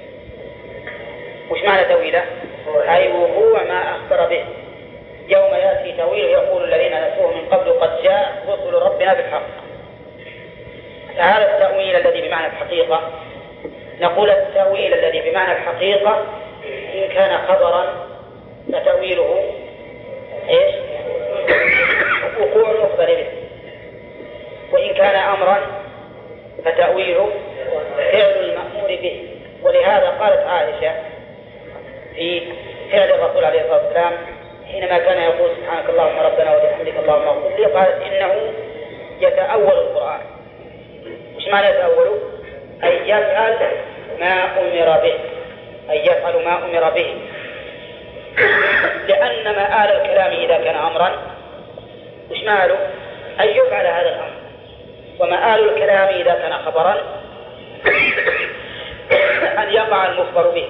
وش معنى تأويله؟ أي وقوع ما أخبر به. يوم يأتي تأويله يقول الذين نسوه من قبل قد جاء رسل ربنا بالحق. فهذا التأويل الذي بمعنى الحقيقة، نقول التأويل الذي بمعنى الحقيقة إن كان خبرا فتأويله إيش؟ وقوع المخبر به، وإن كان أمرا فتأويله فعل المأمور به. ولهذا قالت عائشة في فعل الرسول عليه الصلاة والسلام حينما كان يقول سبحانك اللهم ربنا وبحمدك اللهم اغفر لي، قالت إنه يتأول القرآن. وش معنى يتأول؟ أي يفعل ما أمر به، أي يفعل ما أمر به، لأن مآل الكلام إذا كان أمرا وش ماله؟ أن يفعل هذا الأمر. ومآل الكلام إذا كان خبرا أن يقع المخبر به،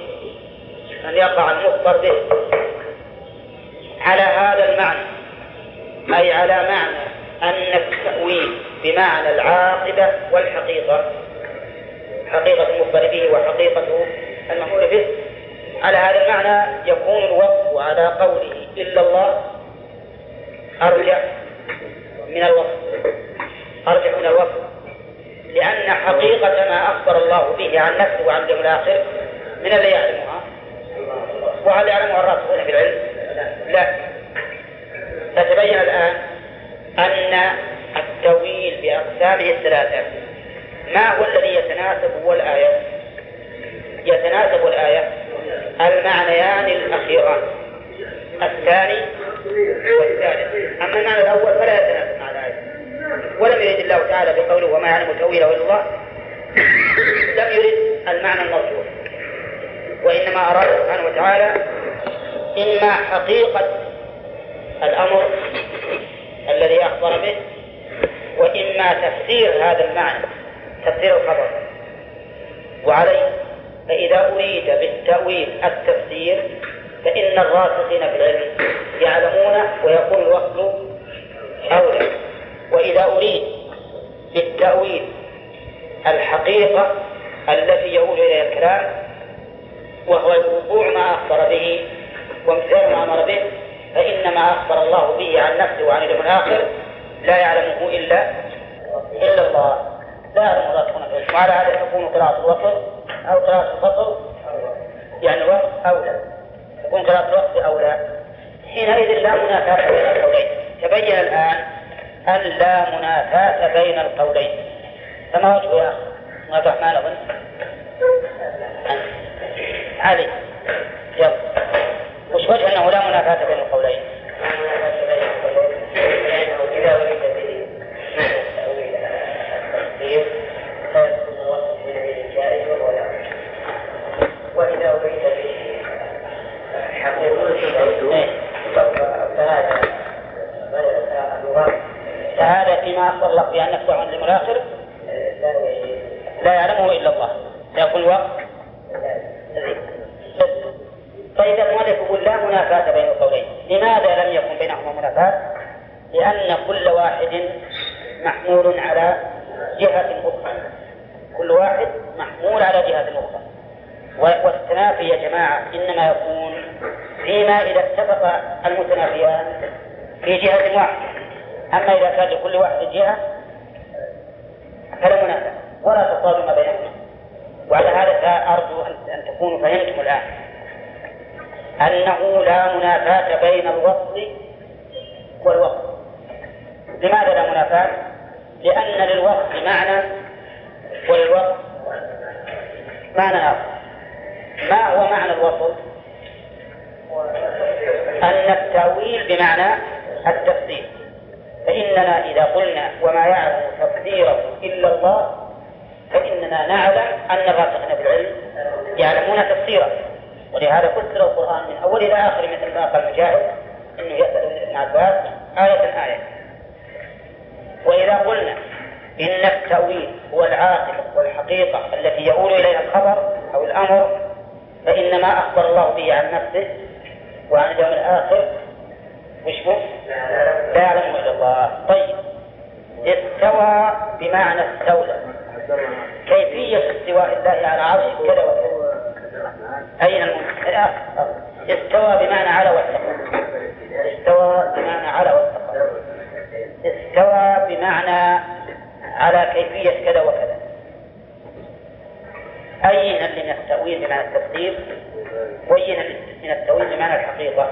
على هذا المعنى، أي على معنى أن التأويل بمعنى العاقبة والحقيقة حقيقة المخبر به وحقيقة المأمور به. على هذا المعنى يكون الوصف على قوله إلا الله أرجع من الوصف، لأن حقيقة ما أخبر الله به عن نفسه وعن اليوم الآخر من الذي يعلمها؟ وهل يعلمها الراسخون في العلم؟ لا. فتبين الآن أن التأويل بأقسامه الثلاثة ما هو الذي يتناسب والآية؟ يتناسب الآية المعنيان الأخيران الثاني والثالث. أما المعنى الأول فلا يتناسب مع الآية، ولم يرد الله تعالى بقوله وما يعلم تأويله إلا الله، لم يرد المعنى المرجوح، وإنما أراد سبحانه وتعالى إما حقيقة الأمر الذي أخبر به، وإما تفسير هذا المعنى، تفسير الخبر. وعليه فإذا أريد بالتأويل التفسير فإن الراسخين في العلم يعلمونه ويكون الوصف أولى. وإذا أريد بالتأويل الحقيقة التي يؤول إليها الكلام وهو الوقوع ما أخبر به وامتثال ما أمر به، فإن ما أخبر الله به عن نفسه وعن اليوم الآخر لا يعلمه إلا الله، لا يعلم الراسخون في العلم. وعلى هذا تكون قراءة الوصف أو قراءة الفصل يعني الوصف أولى، تكون قراءة الوصف أولى. حينئذ لا منافاة بين القولين. تبين الآن أن لا منافاة بين القولين. فما وجه يا عبد الرحمن أظن علي يلا وش وجه أنه لا منافاة بين القولين؟ لأنه إذا ولد به تأويل التفسير فيكون الوصف من الجائز وهو لا، وإذا ولد به حقيقة فهذا فيما أخبر الله بأن نفسه عن اليوم الآخر لا يعلمه إلا الله، يقول الوقت. طيب المؤلف يقول لا منافاة بين القولين. لماذا لم يكن بينهما منافاة؟ لأن كل واحد محمول على جهة أخرى، كل واحد محمول على جهة أخرى. والتنافي يا جماعة إنما يكون فيما إذا اتفق المتنافيان في جهة واحدة، أما إذا كان لكل واحد جهة فلا منافاة ولا تصادم بينهما. وعلى هذا أرجو أن تكونوا فهمتم الآن أنه لا منافاة بين الوصل والوصف. لماذا لا منافاة؟ لأن للوصف معنى وللوصف معنى آخر. ما هو معنى الوصف؟ أن التأويل بمعنى التفسير. فإننا إذا قلنا وما يعلم تفسيره إلا الله فإننا نعلم أن الراسخين في العلم يعلمون تفسيره، ولهذا فسر القرآن من أول إلى آخر مثل ما قال مجاهد إنه يسأل ابن عباس آية. وإذا قلنا إن التأويل هو العاقبة والحقيقة التي يؤول إليها الخبر أو الأمر، فإن ما أخبر الله به عن نفسه وعن اليوم الآخر وشبه لا يعلمه إلا الله. طيب استوى بمعنى استولى، كيفية استواء الله على عرشه كذا وكذا. أين استوى بمعنى على واستقر، استوى بمعنى على واستقر، استوى بمعنى على كيفية كذا وكذا. أين من التأويل بمعنى التفسير وأين من التأويل بمعنى الحقيقة؟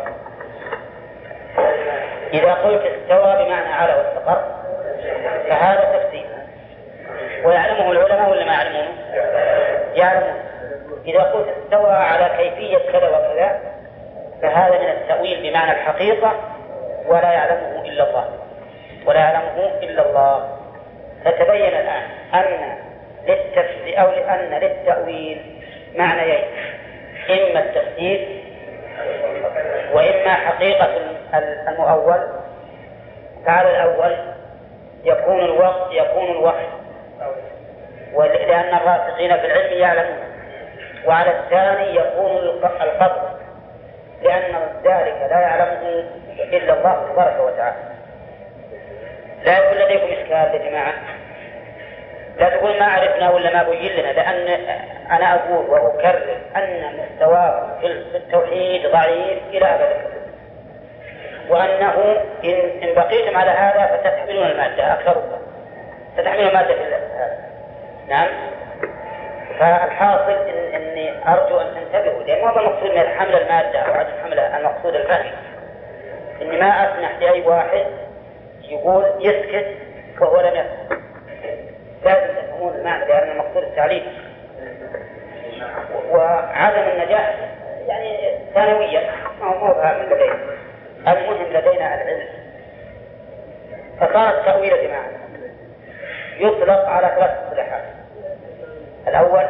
إذا قلت استوى بمعنى على واستقر فهذا تفسير، ويعلمه العلماء ولا ما يعلمونه؟ يعلمون. إذا قلت استوى على كيفية كذا وكذا فهذا من التأويل بمعنى الحقيقة ولا يعلمه إلا الله، ولا يعلمه إلا الله. فتبين الآن أن للتفسير أو لأن للتأويل معنيين، إما التفسير وإما حقيقة المؤول. فعلى الأول يكون الوحي لأن الراسخين في العلم يعلمون، وعلى الثاني يكون القصد لأن ذلك لا يعلمه إلا الله تبارك وتعالى. لا يكون لديكم إشكال يا جماعة؟ لا تقول ما عرفنا ولا ما بين لنا، لأن أنا أقول وأكرر أن مستواه في التوحيد ضعيف إلى أبد، وأنه إن بقيتم على هذا فتحملون المادة أكثرها، تتحملون المادة في هذا. نعم. فالحاصل إني أرجو أن تنتبهوا، لأن هذا المقصود من حمل المادة أو عدم حملها، المقصود الفهم. إني ما أسمح لأي واحد يقول يسكت وهو لم يفهم، لازم تفهمون المعنى، لأن المقصود التعليم. وعدم النجاح يعني ثانويا مو من لدينا، المهم لدينا العلم. فصار التأويل يا جماعة يطلق على 3 اصطلاحات. الأول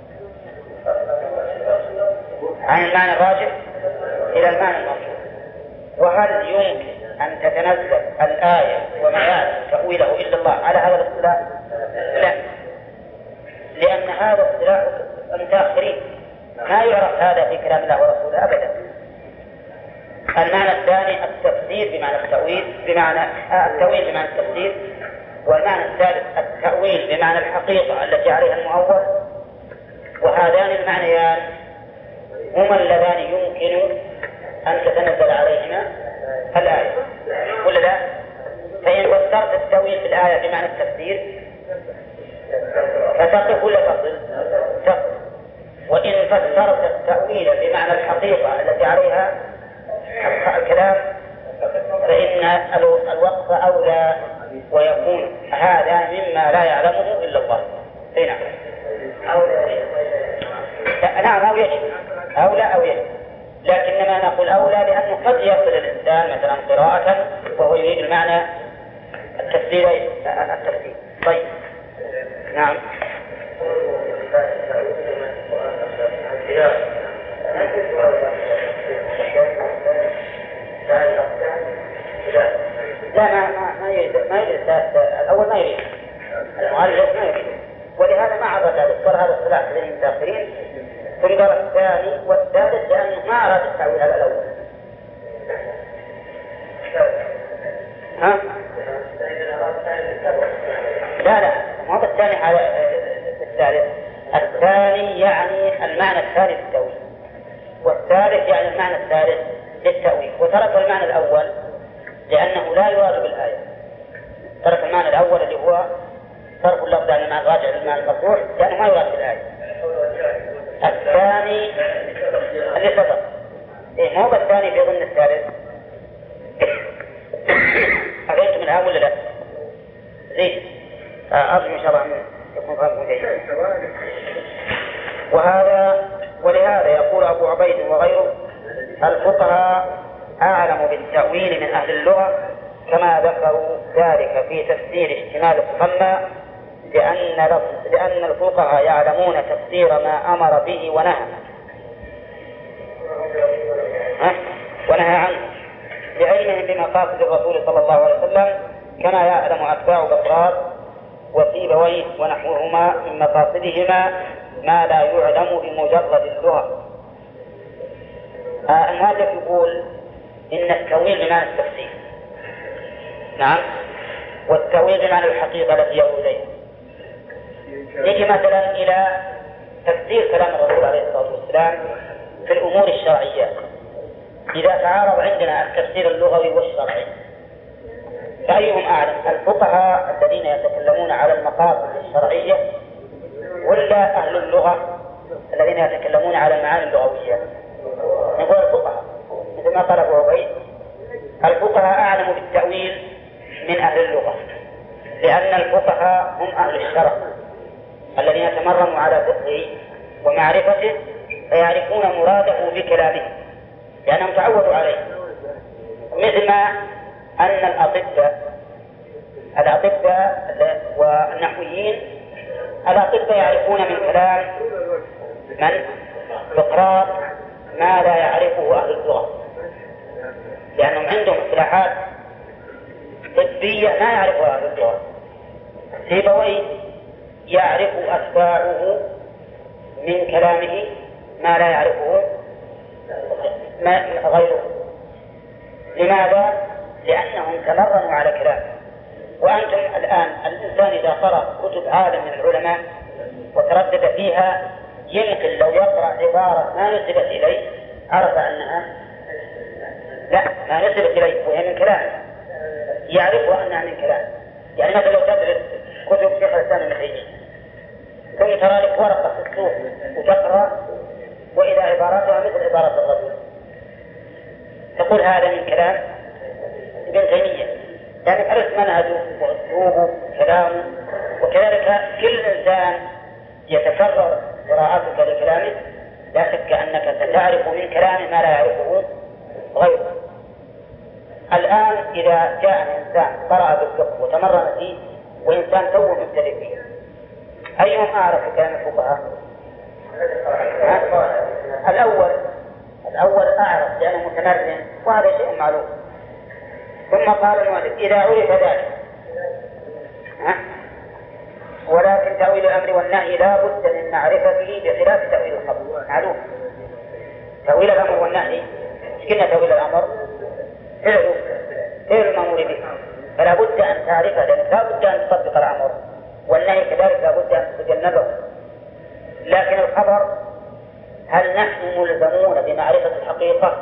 عن المعنى الراجح إلى المعنى المرجوح. وهل يمكن أن تتنزل الآية وما يعرف تأويله إلا الله على هذا الاصطلاح؟ لا، لأن هذا اصطلاح المتأخرين، ما يعرف هذا في كلام الله ورسوله أبدا. المعنى الثاني التفسير بمعنى التأويل، بمعنى التأويل بمعنى التفسير. والمعنى الثالث التأويل بمعنى الحقيقة التي عليها المؤول. وهذان المعنيان هما اللذان يمكن أن تتنزل عليهما الآية، ولا لا؟ فإن فسرت التأويل في الآية بمعنى التفسير فتقف ولا تصل؟ تصل. وإن فسرت التأويل بمعنى الحقيقة التي عليها الكلام فإن الوقف أولى، ويكون هذا مما لا يعلمه إلا الله. هنا نعم، أو يجب، أولى أو يجب، لكنما نقول أولى لأنه قد يصل الإنسان مثلا قراءة وهو يريد المعنى التفسير. طيب نعم. لا ما يريد الأول، ما يريد المؤلف، ما يريد، ولهذا ما عرف هذا الصلاح الذي المتأخرين، ثم قال الثاني والثالث لأنه ما أراد التعويل على الأول. ها؟ لا ما هو الثاني على الثالث. الثاني يعني المعنى الثالث للتأويل، والثالث يعني المعنى الثالث للتأويل. وترك المعنى الأول لأنه لا يراد بالآية، ترك المعنى الأول اللي هو صرف اللفظ عن المعنى الراجع للمعنى المرجوح لأنه ما يراد بالآية. الثاني اللي سبق ما هو الثاني في ضمن الثالث. أفهمتم الآن ولا لا؟ زين، أرجو إن شاء الله أن يكون فهمكم جيد. ولهذا يقول أبو عبيد وغيره الفقهاء أعلم بالتأويل من أهل اللغة، كما ذكروا ذلك في تفسير اشتمال الصمة، لأن الفقهاء يعلمون تفسير ما أمر به ونهى عنه بعلمهم بمقاصد الرسول صلى الله عليه وسلم، كما يعلم أتباع بصرات وسيبويه ونحوهما من مقاصدهما ما لا يعلم بمجرد اللغة. المؤلف يقول إن التأويل بمعنى التفسير، نعم، والتأويل بمعنى الحقيقة التي يقول إليه. نجي مثلا إلى تفسير كلام الرسول عليه الصلاة والسلام في الأمور الشرعية. إذا تعارض عندنا التفسير اللغوي والشرعي فأيهم أعلم، الفقهاء الذين يتكلمون على المقاصد الشرعية ولا أهل اللغة الذين يتكلمون على المعاني اللغوية؟ نقول الفقهاء، مثل ما قال أبو عبيد الفقهاء أعلم بالتأويل من أهل اللغة، لأن الفقهاء هم أهل الشرع الذين يتمرنوا على فقهه ومعرفته فيعرفون مراده بكلامه لأنهم تعودوا عليه. مثل ما أن الأطباء والنحويين يعرفون من كلام من سقراط ما لا يعرفه أهل اللغة، لأنهم عندهم اصطلاحات طبية ما يعرفها أهل اللغة. سيبويه يعرف أتباعه من كلامه ما لا يعرفه غيره. لماذا؟ لأنهم تمرنوا على كلامه. وأنتم الآن الإنسان إذا قرأ كتب عالم من العلماء وتردد فيها يمكن لو يقرأ عبارة ما نسبت إليه عرف أنها لا ما نسبت إليه وهي من كلامه، يعرفها أنها من كلامه. يعني مثلا لو تدرس كتب شيخ الإسلام ابن تيمية ثم ترى لك ورقة في السوق وتقرأ وإذا عباراتها مثل عبارة الرجل تقول هذا من كلام ابن تيمية، يعني عرفت منهجه وأسلوبه كلامه. وكذلك كل إنسان يتكرر قراءتك لكلامه لا شك أنك ستعرف من كلامه ما لا يعرفه غيره. الآن إذا جاء الإنسان قرأ بالفقه وتمرن فيه وإنسان تو مبتدئ فيه أيهم أعرف كلام الفقهاء؟ الأول أعرف لأنه متمرن وهذا شيء معلوم. ثم قال المؤلف إذا عرف ذلك ولكن تأويل الأمر والنهي لا بد من معرفته بخلاف تأويل الخبر معلوم. تأويل الأمر والنهي كنا تأويل الأمر فعل المأمور به فلا بد أن تعرفه لأنك لا بد أن تطبق الأمر، والنهي كذلك لا بد أن تتجنبه. لكن الخبر هل نحن ملزمون بمعرفة الحقيقة؟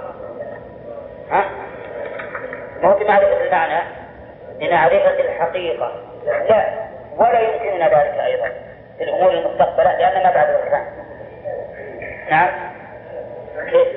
مو بمعرفة المعنى، بمعرفة الحقيقة لا، ولا يمكننا ذلك أيضا في الأمور المستقبلة لأن ما بعد الإحسان. نعم كيف؟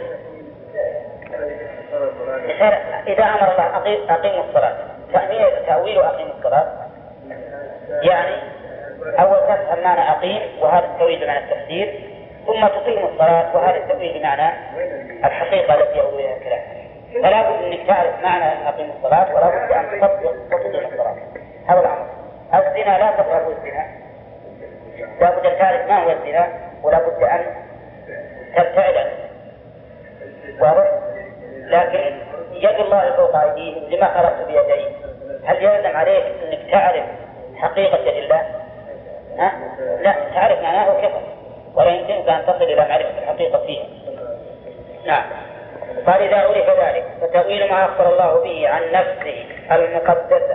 إذا أمر الله أقيموا الصلاة تأويل أقيموا الصلاة يعني أول تفهم معنى أقيم وهذا التأويل بمعنى التفسير، ثم تقيم الصلاة وهذا التأويل بمعنى الحقيقة التي يقول بها الكلام. فلا بد أنك تعرف معنى أقيم الصلاة ولا بد أن تطبق وتقيم الصلاة. هذا الأمر. الزنا لا تقربوا الزنا، لا بد أن تعرف ما هو الزنا ولا بد أن تبتعد عنه. واضح؟ لكن يد الله فوق أيديهم لما خلقت بيديه. هل يلزم عليك أنك تعرف حقيقة يد الله؟ لا، تعرف معناه وكفى، ولا يمكنك أن تصل إلى معرفة الحقيقة فيه. نعم. قال إذا عرف ذلك فتأويل ما أخبر الله به عن نفسه المقدسة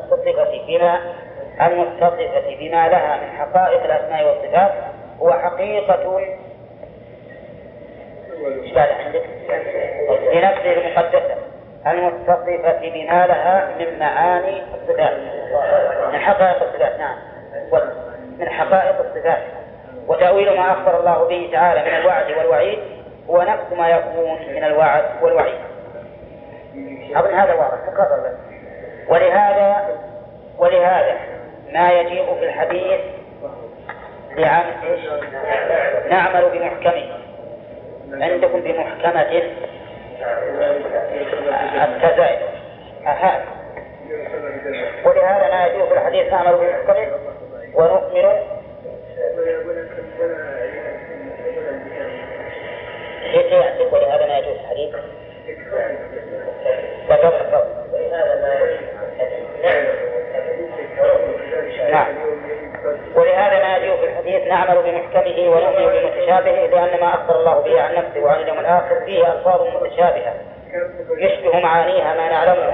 المتصفة بما لها من حقائق الأسماء والصفات هو حقيقة لنفسه المقدسة المتصفة بما لها من معاني الصفات من حقائق الصفات. نعم، من حقائق الصفات. وتأويل ما أخبر الله به تعالى من الوعد والوعيد هو نفس ما يكون من الوعد والوعيد. أظن هذا واضح مكرر. ولهذا ما يجيء في الحديث نعمل بمحكمه عندكم بمحكمة التزايد. ولهذا ما يجيء في الحديث نعمل بمحكمه ونؤمن كيف يعتق. ولهذا ما يجوز الحديث نعم. ولهذا ما يجوز في الحديث نعمل بمحكمه ونؤمن بمتشابهه لأن ما أخبر الله به عن نفسه وعن اليوم الآخر فيه ألفاظ متشابهة يشبه معانيها ما نعلمه.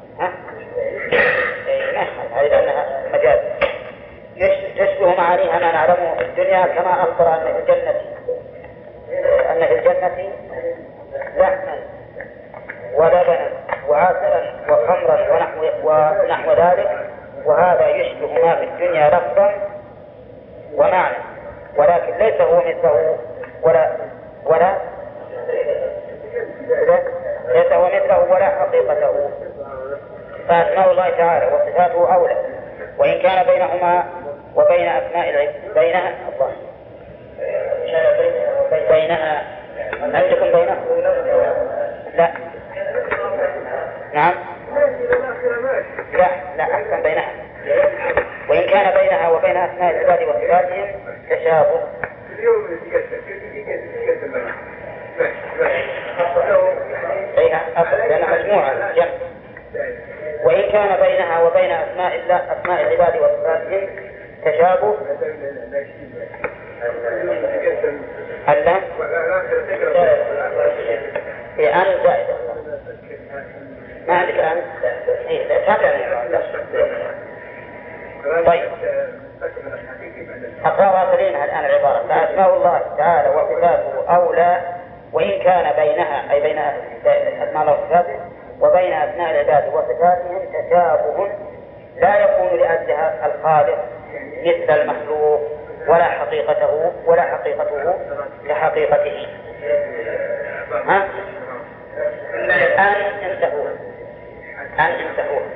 هذه لأنها مجاز. تشبه معانيها ما نعلمه في الدنيا كما أخبر أن في الجنة لحما ولبنا وعسلا وخمرا ونحو ذلك، وهذا يشبه ما في الدنيا لفظا ومعنى ولكن ليس هو مثله ليس هو مثله ولا حقيقته. فأسماء الله تعالى وصفاته أولى، وإن كان بينهما وبين أسماء بينها عندكم بينها لا نعم لا أحسن بينها. وإن كان بينها وبين أسماء العباد وصفاتهم تشابه لأنها مجموعة جمع. وإن كان بينها وبين أسماء العباد وصفاتهم تشابه اللام أن زائدة ما عندك أن تابع طيب أقرأها سليمة الآن العبارة. فأسماء الله تعالى وصفاته أولى وإن كان بينها أي بين أسماء الله وصفاته وبين أسماء العباد وصفاتهم تشابه لا يكون لأجلها الخالق مثل المخلوق ولا حقيقته كحقيقته. ها؟ أن انتهوا.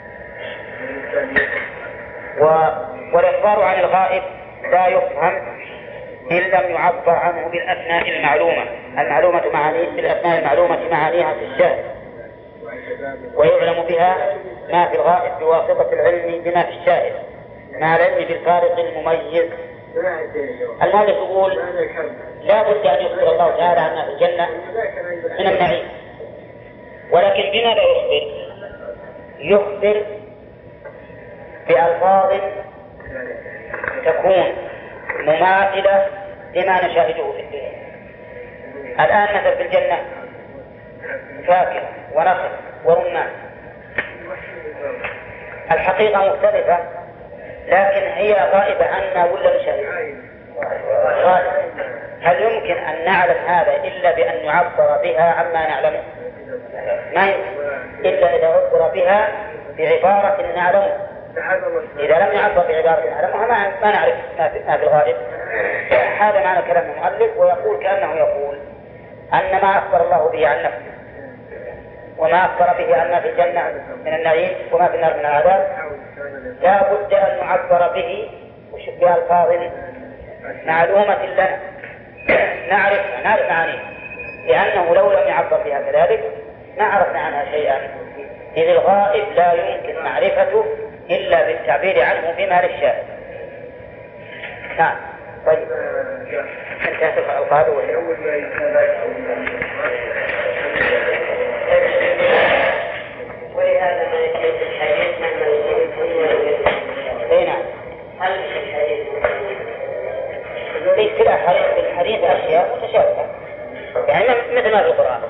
والإخبار عن الغائب لا يفهم إن لم يعبر عنه بالأسماء المعلومة بالأسماء المعلومة معانيها في الشهر، ويعلم بها ما في الغائب بواسطة العلم بما في الشاهد مع العلم بالفارق المميز. المؤلف يقول لا بد أن يخبر الله تعالى عما في الجنة من النعيم، ولكن بماذا يخبر بألفاظ تكون مماثلة لما نشاهده في الدنيا. الآن مثل في الجنة فاكهة ونخل ورمان، الحقيقة مختلفة لكن هي غائبة عنا ولا نشاهدها؟ غائبة. هل يمكن أن نعلم هذا إلا بأن نعبر بها عما نعلمه؟ ما يمكن إلا إذا عبر بها بعبارة نعلمه. إذا لم يعبر بعبارة نعلمها ما نعرف ما في الغائب. هذا معنى كلام المؤلف، ويقول كأنه يقول أن ما أخبر الله به عن نفسه وما أخبر به عن ما في الجنة من النعيم وما في النار من العذاب لا بد أن نعبر به بألفاظ معلومة لنا نعرف معانيه، لأنه لو لم يعبر بها كذلك ما عرفنا عنها شيئا، إذ الغائب لا يمكن معرفته إلا بالتعبير عنه بما للشاهد. نعم. طيب انتهت القاعدة ولهذا ما يكون في الحديث مهما اي نعم. هل في الحديث في كلا في الحديث أشياء متشابهة يعني مثل ما في القرآن،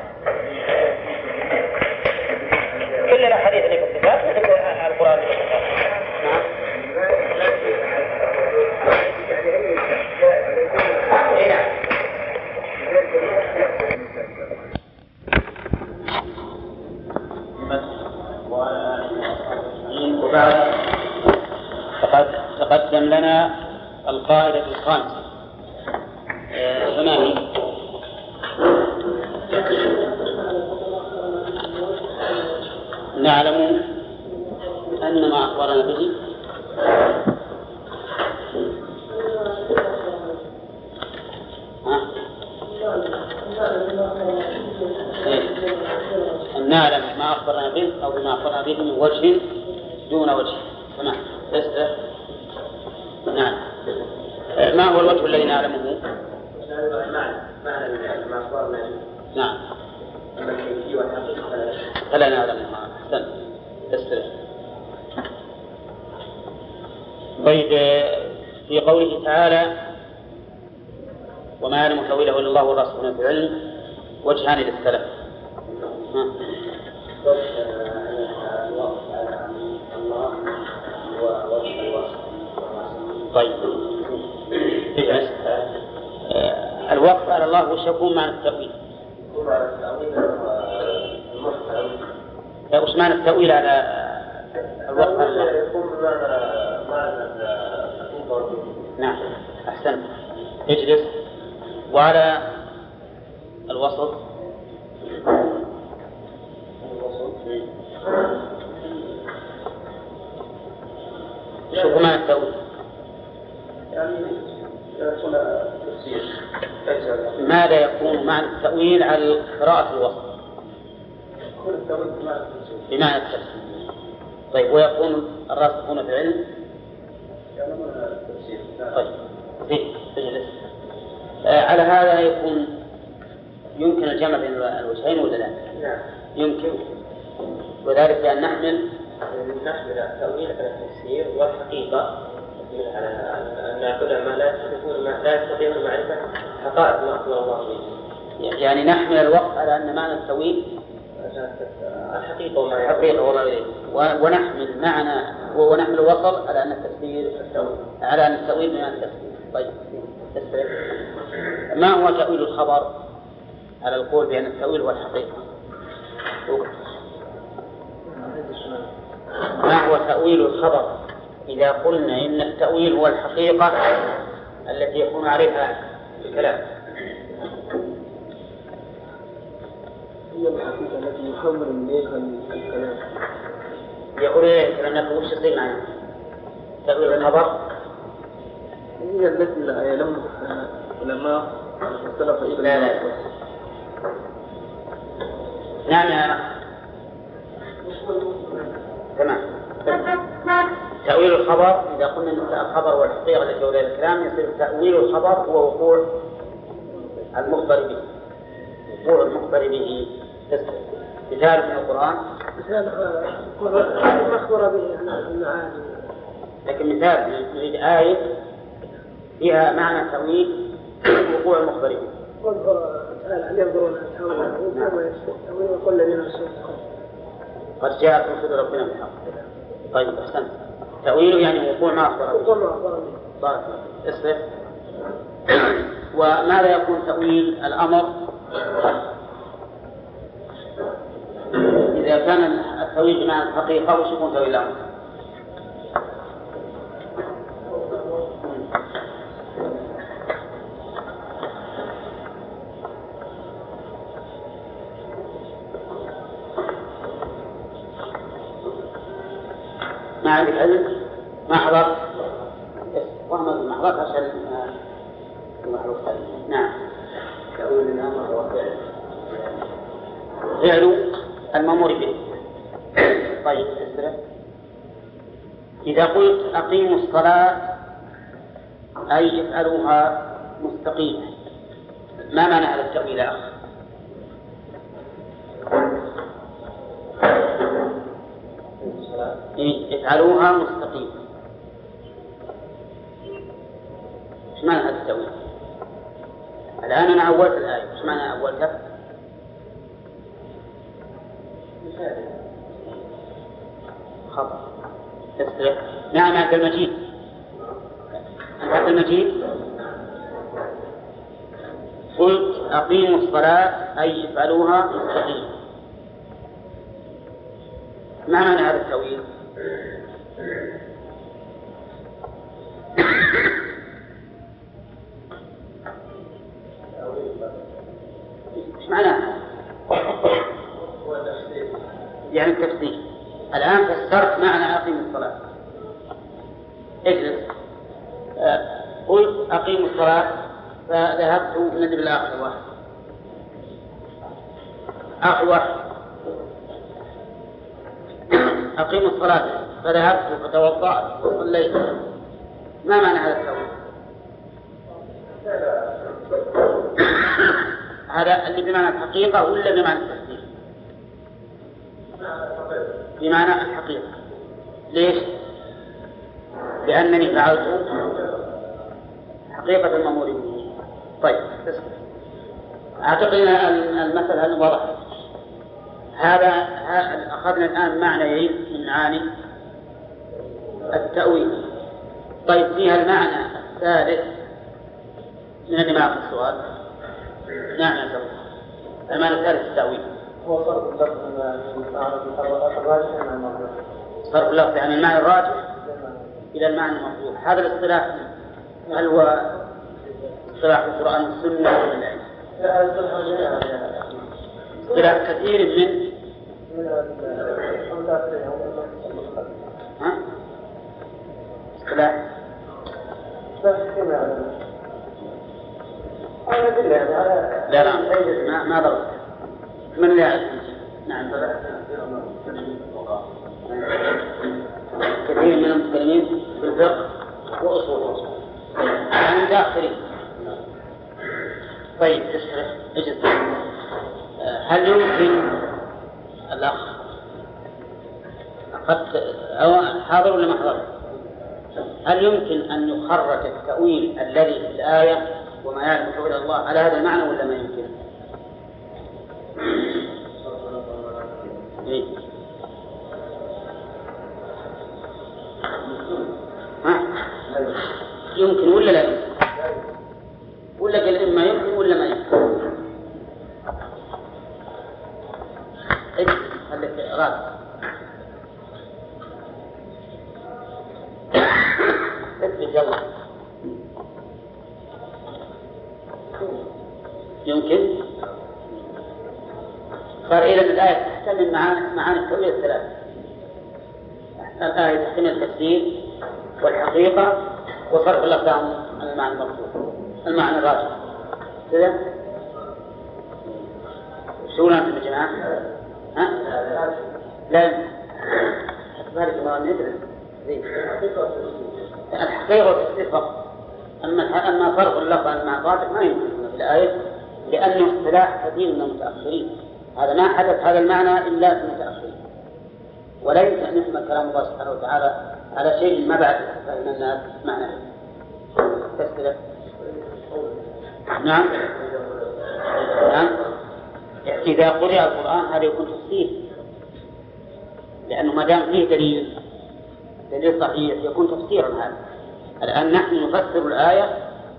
كل الأحاديث اللي في الصفات مثل القرآن اللي في الصفات. نعم. وبعد فقد تقدم لنا القاعدة الخامسة، فما هي؟ نعلم أن ما أخبرنا به أن نعلم ما أخبرنا به أو بما أخبرنا به من وجه دون وجه. تمام. نعم. ما هو الوجه الذي نعلمه؟ ما أخبرنا به. نعم. أما الكيفية والحقيقة فلا نعلمها. أحسن. استرح. طيب في قوله تعالى وما يعلم تأويله إلا الله والرسول في العلم وجهان للسلف. طيب الوقف على الله وش يكون معنى التأويل؟ وش معنى التأويل على الوقف على الله؟ نعم أحسنت. اجلس. وعلى الوسط شوفوا معنى التأويل. ماذا يكون معنى التأويل على قراءة الوسط؟ بمعنى التفسير. طيب ويكون الراسخون في العلم؟ طيب اجلس. على هذا يمكن الجمع بين الوجهين ولا لا؟ نعم يمكن، وذلك بأن نحمل التأويل على التفسير والحقيقة أن العلماء لا يستطيعون معرفة حقائق ما أخبر الله به. يعني نحمل الوقت على أن معنى التأويل الحقيقة وما الحقيقة وما إليه، ونحمل معنى ونحمل الوصل على أن التفسير على أن التأويل بمعنى التفسير. طيب ما هو تأويل الخبر على القول بأن التأويل هو الحقيقة؟ ما هو تأويل الخبر إذا قلنا إن التأويل هو الحقيقة التي يكون عليها الكلام؟ هي الحقيقة التي يحول إليها الكلام. يقول إيه الكلام لكن وش يصير معنا؟ تأويل الخبر هي التي لا يعلم العلماء اختلف إلى لا نعم تمام. تأويل الخبر إذا قلنا أن الخبر هو الحقيقة التي يولي الكلام يصير تأويل الخبر هو وقوع المخبر به. وقوع المخبر به مثال من القرآن ما أخبر به المعاني، لكن مثال نريد آية فيها معنى تأويل وقوع المخبر به. تعالى هل ينظرون تأويل وقل لنا رسول قد جاءت رسل ربنا بالحق. طيب أحسنت. تأويله يعني وقوع ما أخبر به. اصبر. وماذا يكون تأويل الأمر إذا كان التأويل بمعنى الحقيقة؟ وش يكون تأويل الأمر؟ ما عندك علم؟ ما حضرت؟ وهم المحضرات عشان المحروف. نعم. تأويل الأمر هو فعل المأمور به. طيب اسرع. إذا قلت أقيموا الصلاة أي افعلوها مستقيمة، ما معنى هذا التأويل يا أخي؟ افعلوها مستقيمة، ايش معنى هذا التأويل؟ الآن أنا أولت الآية، ايش معنى أولتها؟ خطأ. تسرع. نعم عبد المجيد. أنت عبد المجيد قلت أقيموا الصلاة أي افعلوها مستقيمة، ما معنى هذا التأويل؟ ايش معناه؟ يعني التفسير. الآن فسرت معنى أقيموا الصلاة. اجلس. قلت أقيموا الصلاة فذهبت من بالآخر واحد. آخر واحد. أقيموا الصلاة فذهبت فتوضأت وصليت، ما معنى هذا التأويل؟ هذا اللي بمعنى الحقيقة ولا بمعنى التفسير؟ بمعنى الحقيقة. ليش؟ لأنني فعلت حقيقة المأمور به. طيب أعتقد أن المسألة هذه واضحة. هذا أخذنا الآن معنيين من معاني التأويل. طيب فيها المعنى الثالث من اللي معك السؤال. نعم يا سلام. المعنى الثالث التأويل هو صرف اللفظ من الراجح إلى المرجوح. صرف اللفظ يعني المعنى الراجح إلى المعنى المرجوح. هذا الاصطلاح هل هو اصطلاح القرآن والسنة ولا لا؟ اصطلاح كثير من اصطلاح لا ما ضرب من لا يعرف. نعم كثير من المتكلمين في الفقه وأصوله عن داخلين. طيب اجلس. هل يمكن الأخ أو حاضر ولا محضر؟ هل يمكن أن يخرج التأويل الذي في الآية وما يعلم حول الله على هذا المعنى ولا ما يمكن؟ يمكن ولا لا يمكن؟ ولا قال إما يمكن ولا ما يمكن؟ خليك غالب اثبت يلا. يمكن صار إلى الآية تحتمل معاني التأويل الثلاث. الآية تحتمل التفسير والحقيقة وصرف اللفظ عن المعنى المرفوع المعنى الراجح كذا. شو أنتم يا جماعة؟ ها؟ لا ذلك ما ندري الحقيقة والتفسير فقط. أما صرف اللفظ عن المعنى الراجح ما يمكن في الآية لأنه اصطلاح كثير من المتأخرين. هذا ما حدث هذا المعنى إلا في المتأخرين، وليس أن يحمل كلام الله سبحانه وتعالى على شيء ما بعد فهم الناس معناه. تسكت. نعم نعم. إذا قرأ القرآن هذا يكون تفسير، لأنه ما دام فيه دليل صحيح يكون تفسيرا. هذا الآن نحن نفسر الآية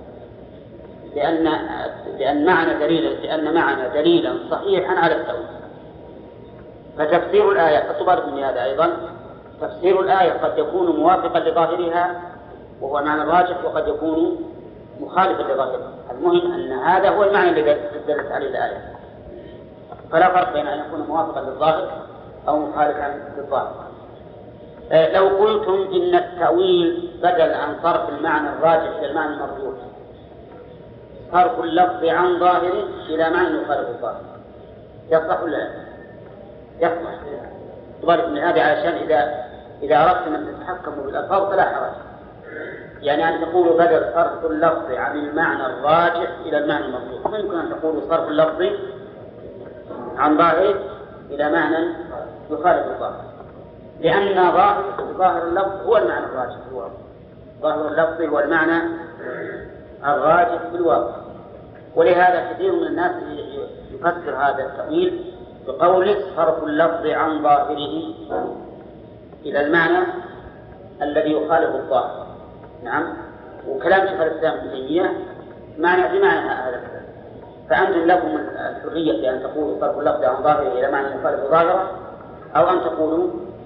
لأن معنا دليلا صحيحا على التأويل. فتفسير الآية فتبارك من هذا أيضا تفسير الآية قد يكون موافقا لظاهرها وهو المعنى الراجح، وقد يكون مخالفا لظاهرها. المهم أن هذا هو المعنى الذي دلت عليه الآية، فلا فرق بين أن يكون موافقا للظاهر أو مخالفا للظاهر. لو قلتم إن التأويل بدل عن صرف المعنى الراجح إلى المعنى المرجوح صرف اللفظ عن ظاهره إلى معنى يخالف الظاهر، يصح ولا لا؟ يصح. تبارك من هذا علشان إذا أردتم أن تتحكموا بالألفاظ فلا حرج. يعني أن تقولوا بدل صرف اللفظ عن المعنى الراجح إلى المعنى المرجوح، ممكن أن تقولوا صرف اللفظ عن ظاهره إلى معنى يخالف الظاهر، لأن ظاهر اللفظ هو المعنى الراجح في الواقع. ظاهر اللفظ هو المعنى الراجح في الواقع. ولهذا كثير من الناس يفسر هذا التأويل بقول صرف اللفظ عن ظاهره إلى المعنى الذي يخالف الظاهر. نعم. وكلام شيخ الإسلام ابن تيمية بمعنى هذا الكلام. فأنتم لكم الحرية في أن تقولوا صرف اللفظ عن ظاهره إلى معنى يخالف ظاهره، أو أن تقولوا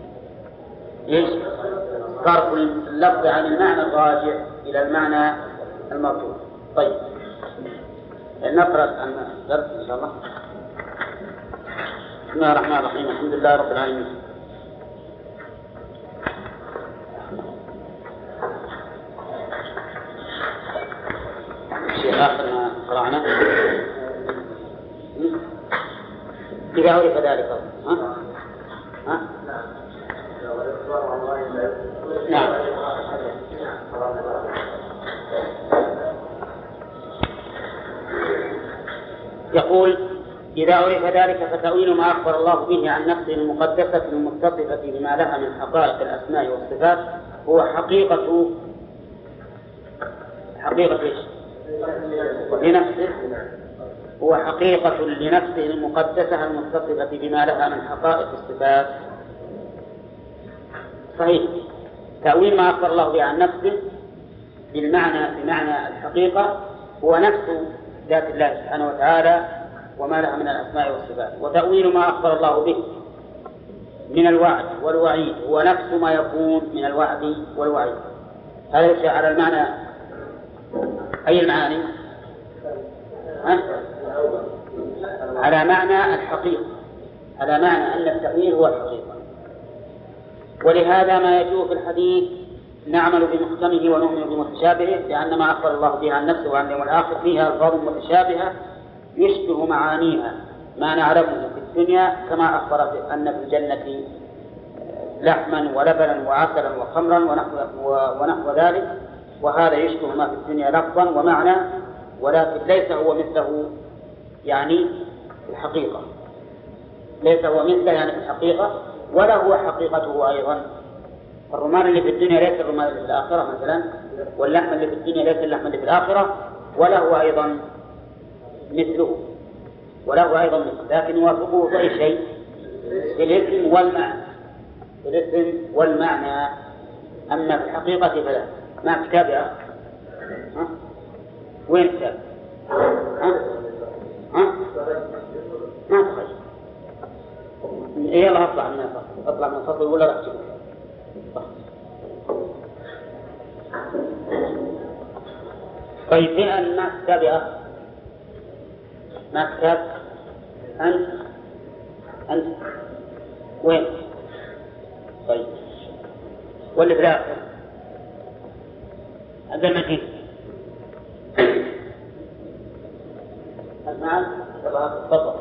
صرف اللفظ عن المعنى الراجح إلى المعنى المرجوح. طيب نقرأ الدرس إن شاء الله. بسم الله الرحمن الرحيم. الحمد لله رب العالمين. شيء آخر ما قرأنا إذا عرف ذلك. ها؟ نعم. يقول إذا عرف ذلك فتأويل ما أخبر الله به عن نفسه المقدسة المتصفة بما لها من حقائق الأسماء والصفات هو حقيقة لنفسه، هو حقيقة لنفسه المقدسة المتصفة بما لها من حقائق الصفات. صحيح. تأويل ما أخبر الله به عن نفسه بمعنى الحقيقة هو نفس ذات الله سبحانه وتعالى وما لها من الأسماء والصفات. وتأويل ما أخبر الله به من الوعد والوعيد هو نفس ما يكون من الوعد والوعيد. هذا يشير على المعنى أي المعاني؟ على معنى الحقيقة، على معنى أن التأويل هو الحقيقة. ولهذا ما يجوء في الحديث نعمل بمحكمه ونؤمن بمتشابهه، لأن ما أخبر الله به عن نفسه وعن اليوم الآخر فيها ألفاظ متشابهة يشبه معانيها ما نعلمه في الدنيا، كما أخبر أن في الجنة لحما ولبنا وعسلا وخمرا ونحو ذلك، وهذا يشبه ما في الدنيا لفظا ومعنى، ولكن ليس هو مثله يعني في الحقيقة، ليس هو مثله يعني في الحقيقة، ولا هو حقيقته أيضا. الرمان اللي في الدنيا ليس الرمان اللي في الآخرة مثلا، واللحم اللي في الدنيا ليس اللحم اللي في الآخرة، ولا هو أيضا مثله، لكن يوافقه في أي شيء، في الاسم والمعنى. أما في الحقيقة فلا. مع كتاب ها؟ وين السابق؟ ها؟ ما تخرج. يلا اطلع من الفصل، اطلع من الفصل ولا راح تجيب. طيب بما أن ما السابقة ما كتاب أنت وين؟ طيب واللي في الآخر هذا المتين أسمعان تفضل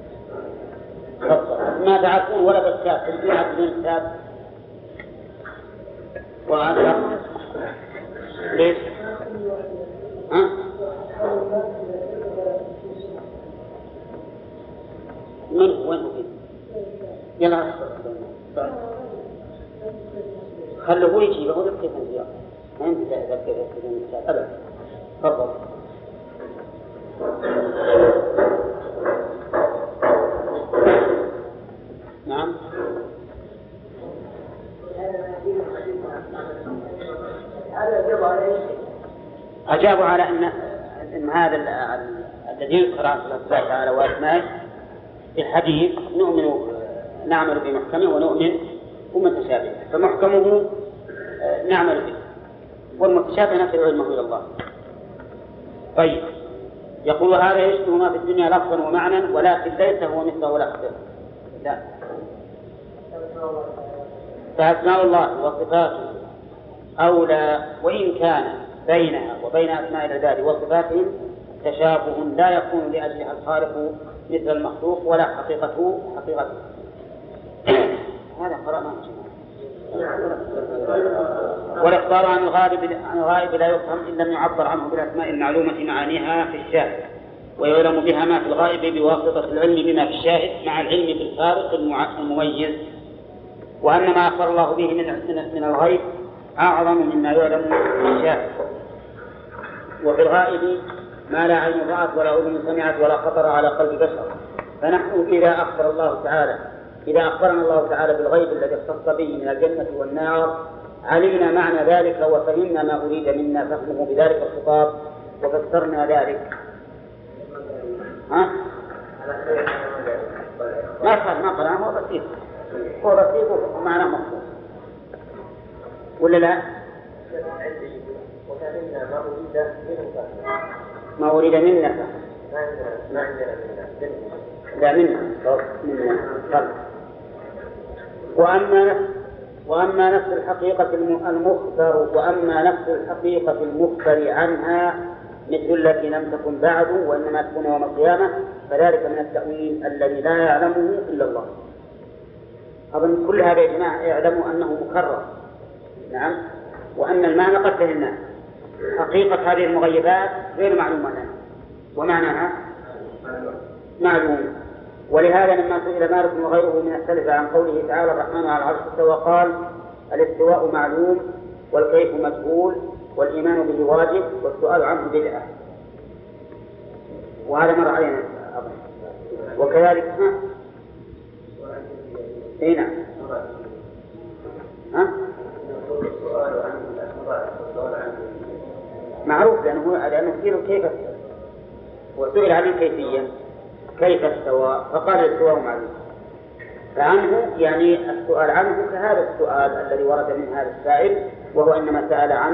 ما تعرفون ولا بالكتاب تريدون بدون الكتاب وأنت ليش؟ ها؟ من وين هو؟ يلا خلوه هو يجي هو يكتب الزيارة ما أنت تذكر بدون الكتاب أبدا. تفضل. نعم. أجابوا على أن هذا الذي يذكر عن الله تعالى وأسمائه في الحديث نعمل بمحكمه ونؤمن بمتشابهه، فمحكمه نعمل به والمتشابه نفي علمه إلى الله. طيب يقول هذا يشبه ما في الدنيا لفظا ومعنى ولكن ليس هو مثله لفظه. لا، فأسماء الله وصفاته أولى، وإن كان بينها وبين أسماء العباد وصفاتهم تشابه لا يكون لأجلها الخالق مثل المخلوق ولا حقيقته حقيقته. هذا قرأنا والإخبار عن الغائب لا يفهم إن لم يعبر عنه بالأسماء المعلومة معانيها في الشاهد، ويعلم بها ما في الغائب بواسطة العلم بما في الشاهد مع العلم بالفارق المميز. وأن ما أخبر الله به من الغيب أعظم مما يعلم في الشاهد. وفي الغائب ما لا عين رأت ولا أذن سمعت ولا خطر على قلب بشر. فنحن إذا أخبرنا الله تعالى بالغيب الذي اختص به من الجنة والنار علمنا معنى ذلك وفهمنا ما أريد منا فهمه بذلك الخطاب وفسرنا ذلك. ها؟ ما قرأ هو بسيط ومعناه مخصوص ولا لا؟ ما أريد منا لا منا وأما نفس الحقيقة المخبر عنها مثل التي لم تكن بعد وإنما تكون يوم القيامة فذلك من التأويل الذي لا يعلمه إلا الله. أظن كل هذا يا جماعة يعلموا أنه مكرر. نعم. وأن المعنى قد فهمناه. حقيقة هذه المغيبات غير معلومة لنا ومعناها معلوم. ولهذا لما سئل مالك وغيره من السلف عن قوله تعالى الرحمن على العرش استوى قال الاستواء معلوم والكيف مجهول والإيمان به واجب والسؤال عنه بدعة. وهذا مر علينا أظن. وكذلك نعم معروف لأنه كيف وسئل عن الكيفية كيف استوى فقال الاستواء معلوم. فعنه يعني السؤال عنه كهذا السؤال الذي ورد من هذا السائل وهو إنما سأل عن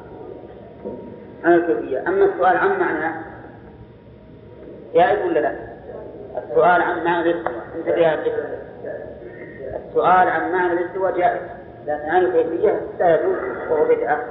الكيفية. أما السؤال عن معنى جائز ولا لا؟ السؤال عن معنى الاستواء السؤال عن معنى الاستواء جائز لكن عن الكيفية لا يجوز وهو بدعة.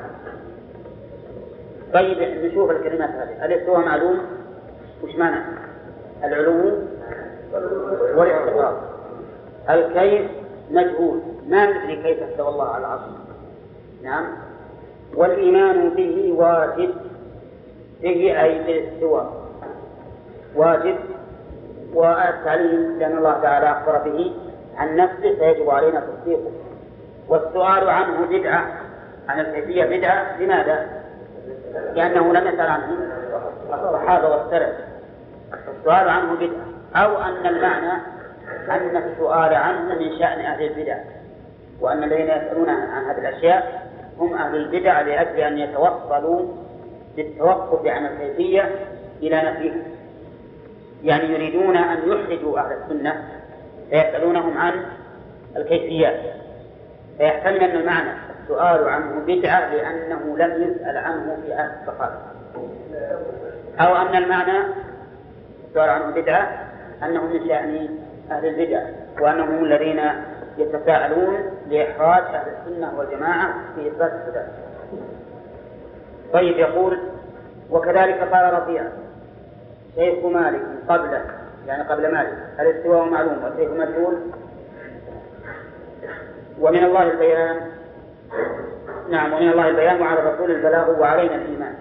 طيب نشوف الكلمات هذه. الاستواء معلوم وش معنى؟ العلو والاستقرار. الكيف مجهول ما ندري كيف استوى الله على العرش. نعم. والإيمان به واجب به أي بالاستواء واجب والتعليم لأن الله تعالى أخبر به عن نفسه فيجب علينا تصديقه. والسؤال عنه بدعة عن الكيفية بدعة. لماذا؟ لأنه لم يسأل عنه الصحابة والسلف. السؤال عنه بدعة أو أن المعنى أن السؤال عنه من شأن أهل البدع وأن الذين يسألون عن هذه الأشياء هم أهل البدع لأجل أن يتوصلوا للتوقف عن الكيفية إلى نفيها، يعني يريدون أن يحرجوا أهل السنة فيسألونهم عن الكيفيات، فيحتمل أن المعنى السؤال عنه بدعة لأنه لم يسأل عنه في أهل الصحابة، أو أن المعنى السؤال عنه بدعة أنه من شأن أهل البدع وأنهم الذين يتساءلون لإحراج أهل السنة والجماعة في إثبات الصفات. طيب، يقول وكذلك قال ربيعة شيخ مالك قبله، يعني قبل مالك، الاستواء معلوم والكيف مجهول، ومن الله البيان. نعم، ومن الله البيان وعلى الرسول البلاغ وعلينا الإيمان.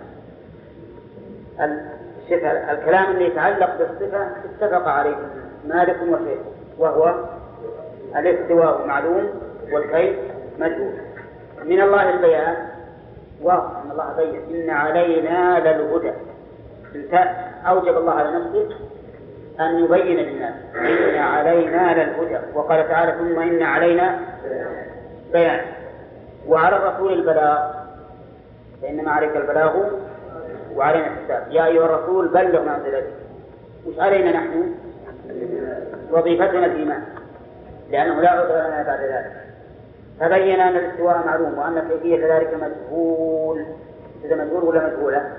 الكلام اللي يتعلق بالصفة اتفق عليه مالك وشيخ، وهو الاستواء معلوم والكيف مجهول. من الله البيان، وأن الله بين إن علينا للهدى، أوجب الله على نفسه أن يبين للناس إن علينا للهدى، وقال تعالى ثم إن علينا بيان. وعلى الرسول البلاغ، فإنما عليك البلاغ وعلينا الحساب. يا أيها الرسول بلغ ما أنزل إليك. مش علينا نحن، وظيفتنا الإيمان، لأنه لا عذر لنا بعد ذلك. فبين أن الاستواء معلوم وأن كيفية ذلك مجهول. إذا مجهول ولا مجهولة؟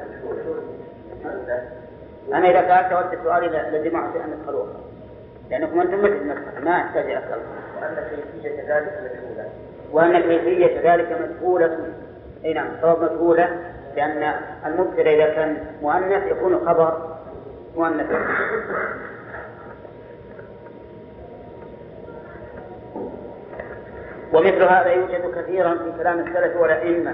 أنا إذا سألت وقت السؤال الذي معه أن تدخلوه، لأنكم أنتم مثل المسألة ما أحتاج أسأل. وأن كيفية ذلك مجهولة. أي نعم، صواب مجهولة، لأن المبتدأ إذا كان مؤنث يكون خبر مؤنث. ومثل هذا يوجد كثيرا في كلام السلف والأئمة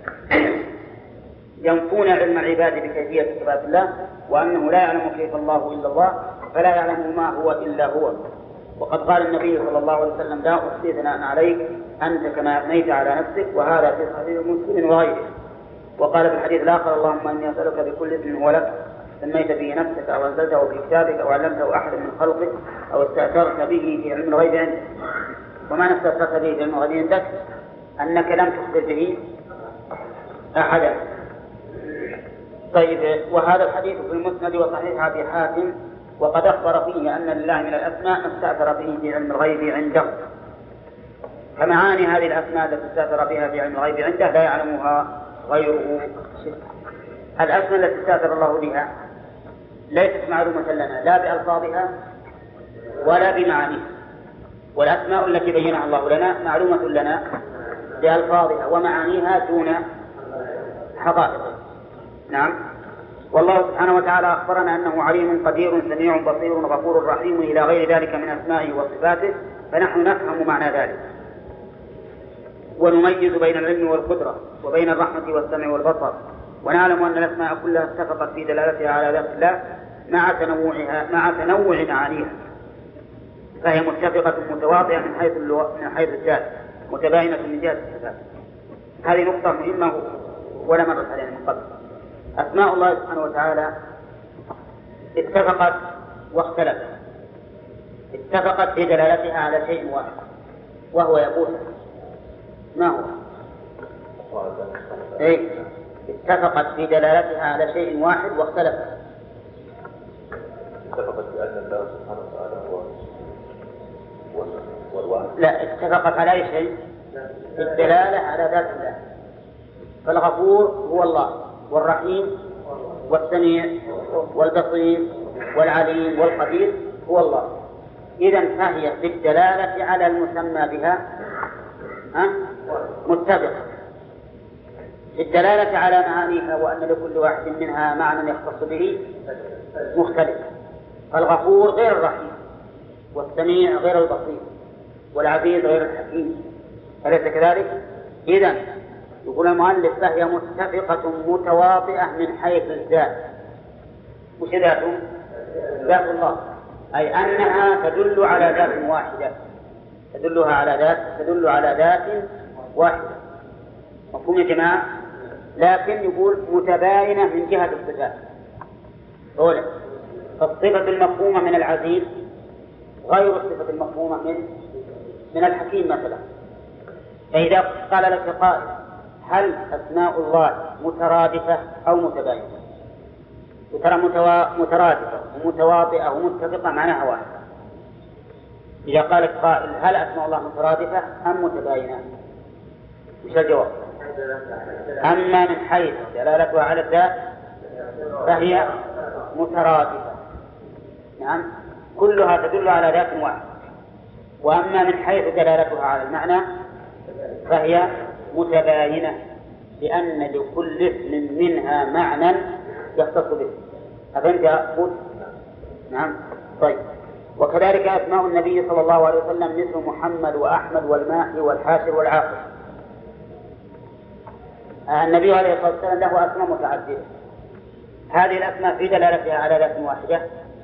ينفون علم العباد بكيفية صفات الله، وأنه لا يعلم كيف الله إلا الله، فلا يعلم ما هو إلا هو. وقد قال النبي صلى الله عليه وسلم لا أحصي ثناء عليك أنت كما أثنيت على نفسك، وهذا في صحيح مسلم وغيره. وقال في الحديث الآخر اللهم إني أسألك بكل اسم هو لك سميت به نفسك أو أنزلته في كتابك أو علمته أحد من خلقك أو استأثرت به في علم الغيب عندك. وما استأثرت به في علم الغيب عندك أنك لم تخبر به أحدا. طيب، وهذا الحديث في المسند وصحيح أبي حاتم، وقد أخبر فيه أن لله من الأسماء ما استأثر به في علم الغيب عنده. فمعاني هذه الأسماء التي استأثر بها في علم الغيب عنده لا يعلمها غيره. الأسماء التي استأثر الله بها ليست معلومة لنا لا بألفاظها ولا بمعانيها، والأسماء التي بينها الله لنا معلومة لنا بألفاظها ومعانيها دون حقائقها. نعم. والله سبحانه وتعالى أخبرنا أنه عليم قدير سميع بصير غفور رحيم إلى غير ذلك من أسمائه وصفاته، فنحن نفهم معنى ذلك ونميز بين العلم والقدرة وبين الرحمة والسمع والبصر، ونعلم أن الأسماء كلها اتفقت في دلالتها على ذات الله مع تنوع معانيها، فهي متفقة متواضعة من حيث الذات، متباينة من جهة الصفات. هذه نقطة مهمة ولا مرت علينا من قبل. أسماء الله سبحانه وتعالى اتفقت واختلفت. اتفقت في دلالتها على شيء واحد وهو يقول ما هو؟ اتفقت في دلالتها على شيء واحد واختلفت. اتفقت بأن الله سبحانه وتعالى هو الواحد. لا، اتفقت على أي شيء؟ الدلالة على ذات الله. فالغفور هو الله، والرحيم والسميع والبصير والعليم والقدير هو الله. إذن فهي بالدلالة على المسمى بها متفقة. الدلالة على معانيها وأن لكل واحد منها معنى يختص به مختلف. الغفور غير الرحيم، والسميع غير البصير، والعبيد غير الحكيم، أليس كذلك؟ إذن يقول المؤلف فهي متفقة متواطئة من حيث الذات. وش ذاته؟ ذات الله، أي أنها تدل على ذات واحدة، تدل على ذات واحدة. مفهوم يا جماعة؟ لكن يقول متباينة من جهة الصفات. أولا، فالصفة المفهومة من العزيز غير الصفة المفهومة من الحكيم مثلا. فإذا قال لك قائل هل أسماء الله مترادفة أو متباينة؟ وترى مترادفة ومتواطئة ومتفقة معناها واحد. إذا قالت قائل هل أسماء الله مترادفة أم متباينة؟ وش الجواب؟ أما من حيث دلالتها على الذات فهي مترادفة، نعم، كلها تدل على ذات واحد. وأما من حيث دلالتها على المعنى فهي متباينة، لأن لكل اسم منها معنى يختص به. أفهمت يا أخوت؟ نعم. طيب، وكذلك أسماء النبي صلى الله عليه وسلم مثل محمد وأحمد والماحي والحاشر والعاقل. النبي عليه الصلاة والسلام له أسماء متعددة، هذه الأسماء في دلالتها على ذات واحدة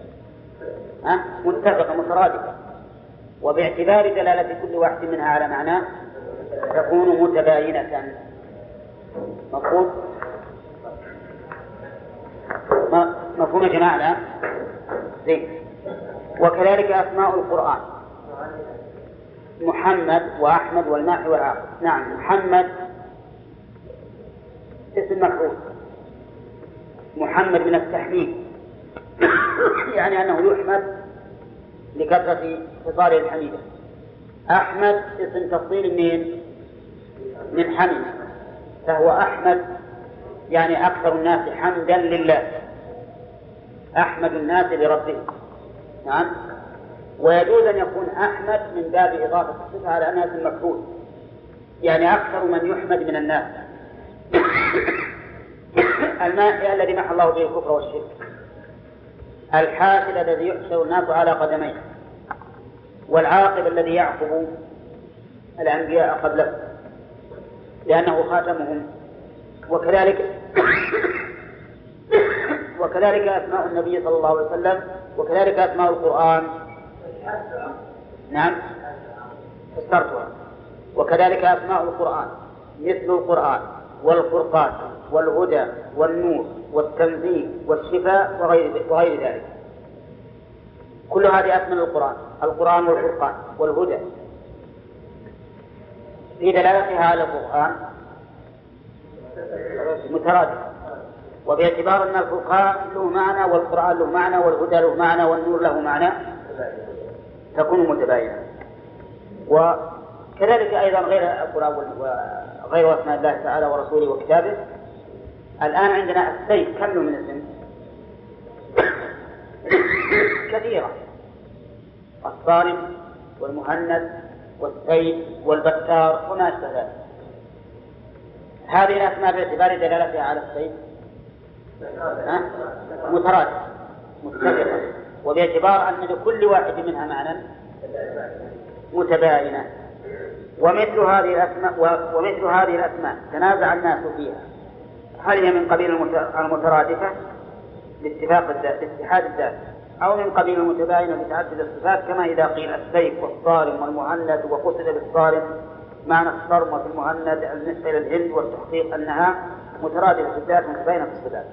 متفقة مترادفة، وباعتبار دلالة كل واحد منها على معناه تكون متباينة. مفهوم؟ مفهوم يا جماعة الآن؟ زين. وكذلك أسماء القرآن محمد وأحمد والماحي والعاقل. نعم، محمد اسم مفعول، محمد من التحميد يعني أنه يحمد لكثرة خصاله الحميدة. أحمد اسم تفضيل من حمد، فهو أحمد يعني أكثر الناس حمدا لله، أحمد الناس لربه. نعم. ويجوز أن يكون أحمد من باب إضافة الصفة على أنها اسم مفعول، يعني أكثر من يحمد من الناس. الماحي الذي محى الله به الكفر والشرك، الحاشر الذي يحشر الناس على قدميه، والعاقب الذي يعقب الأنبياء قبله لأنه خاتمهم. وكذلك أسماء النبي صلى الله عليه وسلم، وكذلك أسماء القرآن. نعم، فسرتها. وكذلك أسماء القرآن مثل القرآن والفرقان والهدى والنور والتنزيل والشفاء وغير ذلك. كل هذه أسماء القرآن والفرقان والهدى في دلالتها على القرآن مترادف، وباعتبار أن الفرقان له معنى والقرآن له معنى والهدى له معنى والنور له معنى تكون متباينة. وكذلك أيضا غير القرآن وغير أسماء الله تعالى ورسوله وكتابه. الآن عندنا السيف كم من اسم؟ كثيرة، الصارم والمهند والسيف والبتار وما أشبه ذلك. هذه الأسماء باعتبار دلالتها على السيف مترادفة متفقة، وباعتبار أن لكل واحد منها معنى متباينة. ومثل هذه الأسماء تنازع الناس فيها، هل هي من قبيل المترادفة لاتحاد الذات، أو من قبيل المتباينة لتعدد الصفات، كما إذا قيل السيف والصارم والمهند وقصد بالصارم معنى الصرم وفي المهند النسبة إلى الهند، والتحقيق أنها مترادفة في الذات متباينة في الصفات.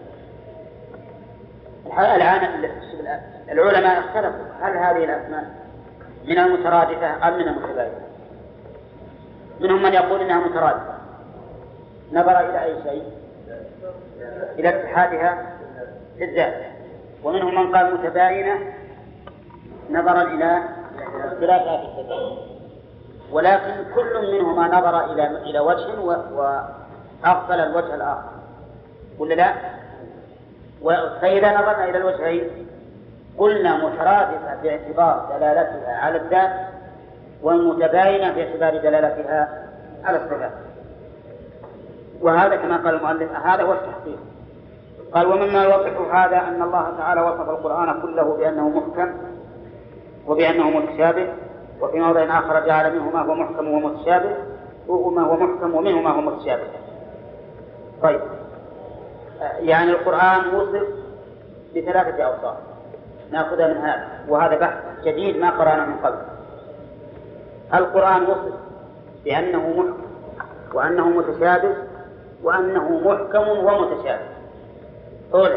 الآن العلماء اختلفوا هل هذه الأسماء من المترادفة أم من المتباينة. منهم من يقول إنها مترادفة، نظر إلى أي شيء؟ إلى اتحادها في الذات. ومنهم من قال متباينة نظرا إلى اختلافها في الصفات، ولكن كل منهما نظر إلى وجه وأغفل الوجه الآخر، ولا لا؟ فإذا نظرنا إلى الوجهين قلنا مترادفة باعتبار دلالتها على الذات، والمتباينة باعتبار دلالتها على الصفات. وهذا كما قال المؤلف هذا هو التحقيق. قال: ومما يوضح هذا أن الله تعالى وصف القرآن كله بأنه محكم وبأنه متشابه، وفي موضع آخر جعل منه ما هو محكم ومتشابه، وما هو محكم ومنه ما هو متشابه. طيب، يعني القرآن وصف بثلاثة أوصاف نأخذها من هذا، وهذا بحث جديد ما قرأنا من قبل. القرآن وصف بأنه محكم وأنه متشابه وأنه محكم ومتشابه. أولا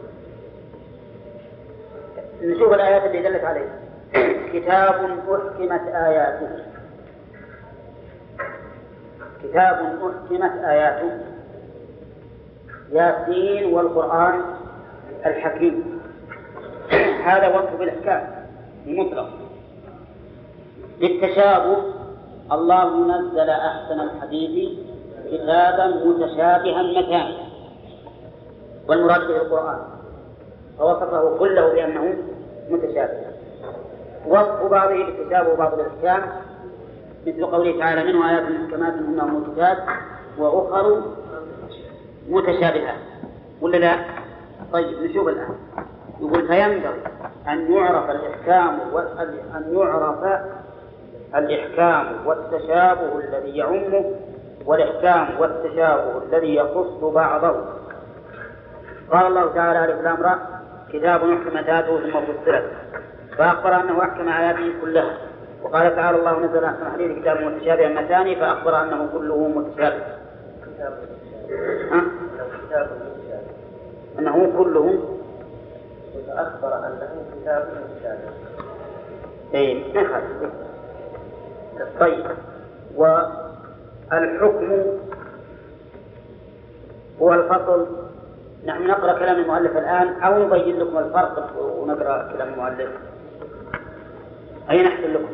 نشوف الآيات اللي دلت عليه: كتاب أحكمت آياته. كتاب أحكمت آياته ياسين والقرآن الحكيم. هذا وصف بالإحكام المطلق. بالتشابه الله نزل أحسن الحديث كتابا متشابها مثاني، والمراد به القرآن، فوصفه كله بأنه متشابه. وصف بعضه بالتشابه وبعض بالإحكام مثل قوله تعالى منه آيات محكمات هن أم الكتاب وأخر متشابهات، ولا لا؟ طيب نشوف الآن. يقول فينبغي أن يعرف الإحكام والتشابه الذي يعمه، والإحكام والتشابه الذي يخص بعضه. قال الله تعالى عليه الأمر كتاب أحكمت آياته ثم فصلت، فأخبر أنه أحكم آياته كلها. وقال تعالى الله نزل أحسن الحديث كتاب متشابها مثاني، فأخبر أنه كله متشابه. أنه كله أخبر أنه كتاب متشابه. إيه نخل. طيب، والحكم هو الفصل. نحن نقرأ كلام المؤلف الآن أو نبين لكم الفرق ونقرأ كلام المؤلف؟ أين نحسن لكم؟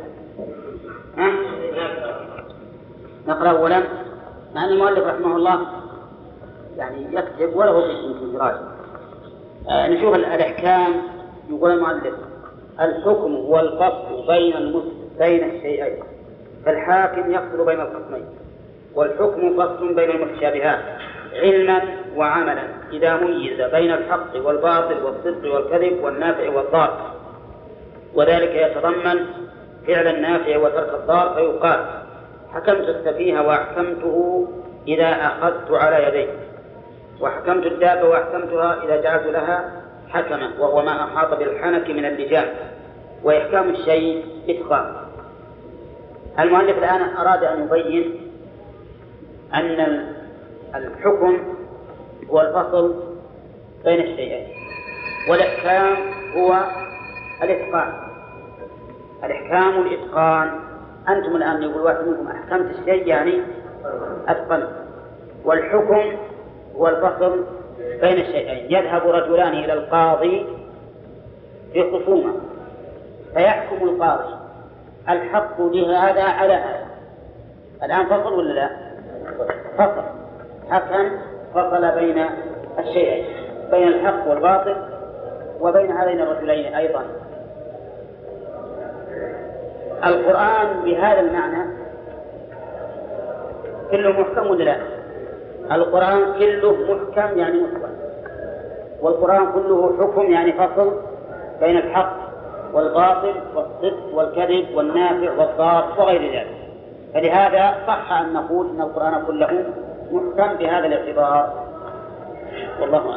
نقرأ أولا، مع أن المؤلف رحمه الله يعني يكتب وله في دراجة. نشوف الأحكام. يقول المؤلف الحكم هو الفصل بين الشيئين، فالحاكم يفصل بين القسمين، والحكم فصل بين المتشابهات علما وعملا إذا ميز بين الحق والباطل والصدق والكذب والنافع والضار، وذلك يتضمن فعل النافع وترك الضار، فيقال حكمت السفيه وأحكمته إذا أخذت على يديه، وحكمت الدابة وأحكمتها إذا جعلت لها حكما، وهو ما أحاط بالحنك من اللجام. وإحكام الشيء إتقان. المؤلف الآن أراد أن يبين أن الحكم هو الفصل بين الشيئين، والإحكام هو الإتقان. الإحكام الإتقان. أنتم الآن يقول واحد منكم أحكمت الشيء يعني أتقن، والحكم هو الفصل بين الشيئين. يذهب رجلان إلى القاضي في خصومة، فيحكم القاضي الحق لهذا على هذا. الآن فصل ولا لا؟ فصل. حكم فصل بين الشيئين، بين الحق والباطل وبين هذين الرجلين أيضا. القرآن بهذا المعنى كله محكم ولا لا؟ القرآن كله محكم يعني متقن، والقرآن كله حكم يعني فصل بين الحق والباطل والصدق والكذب والنافع والضار وغير ذلك. فلهذا صح أن نقول أن القرآن كله محكم بهذا الاعتبار. والله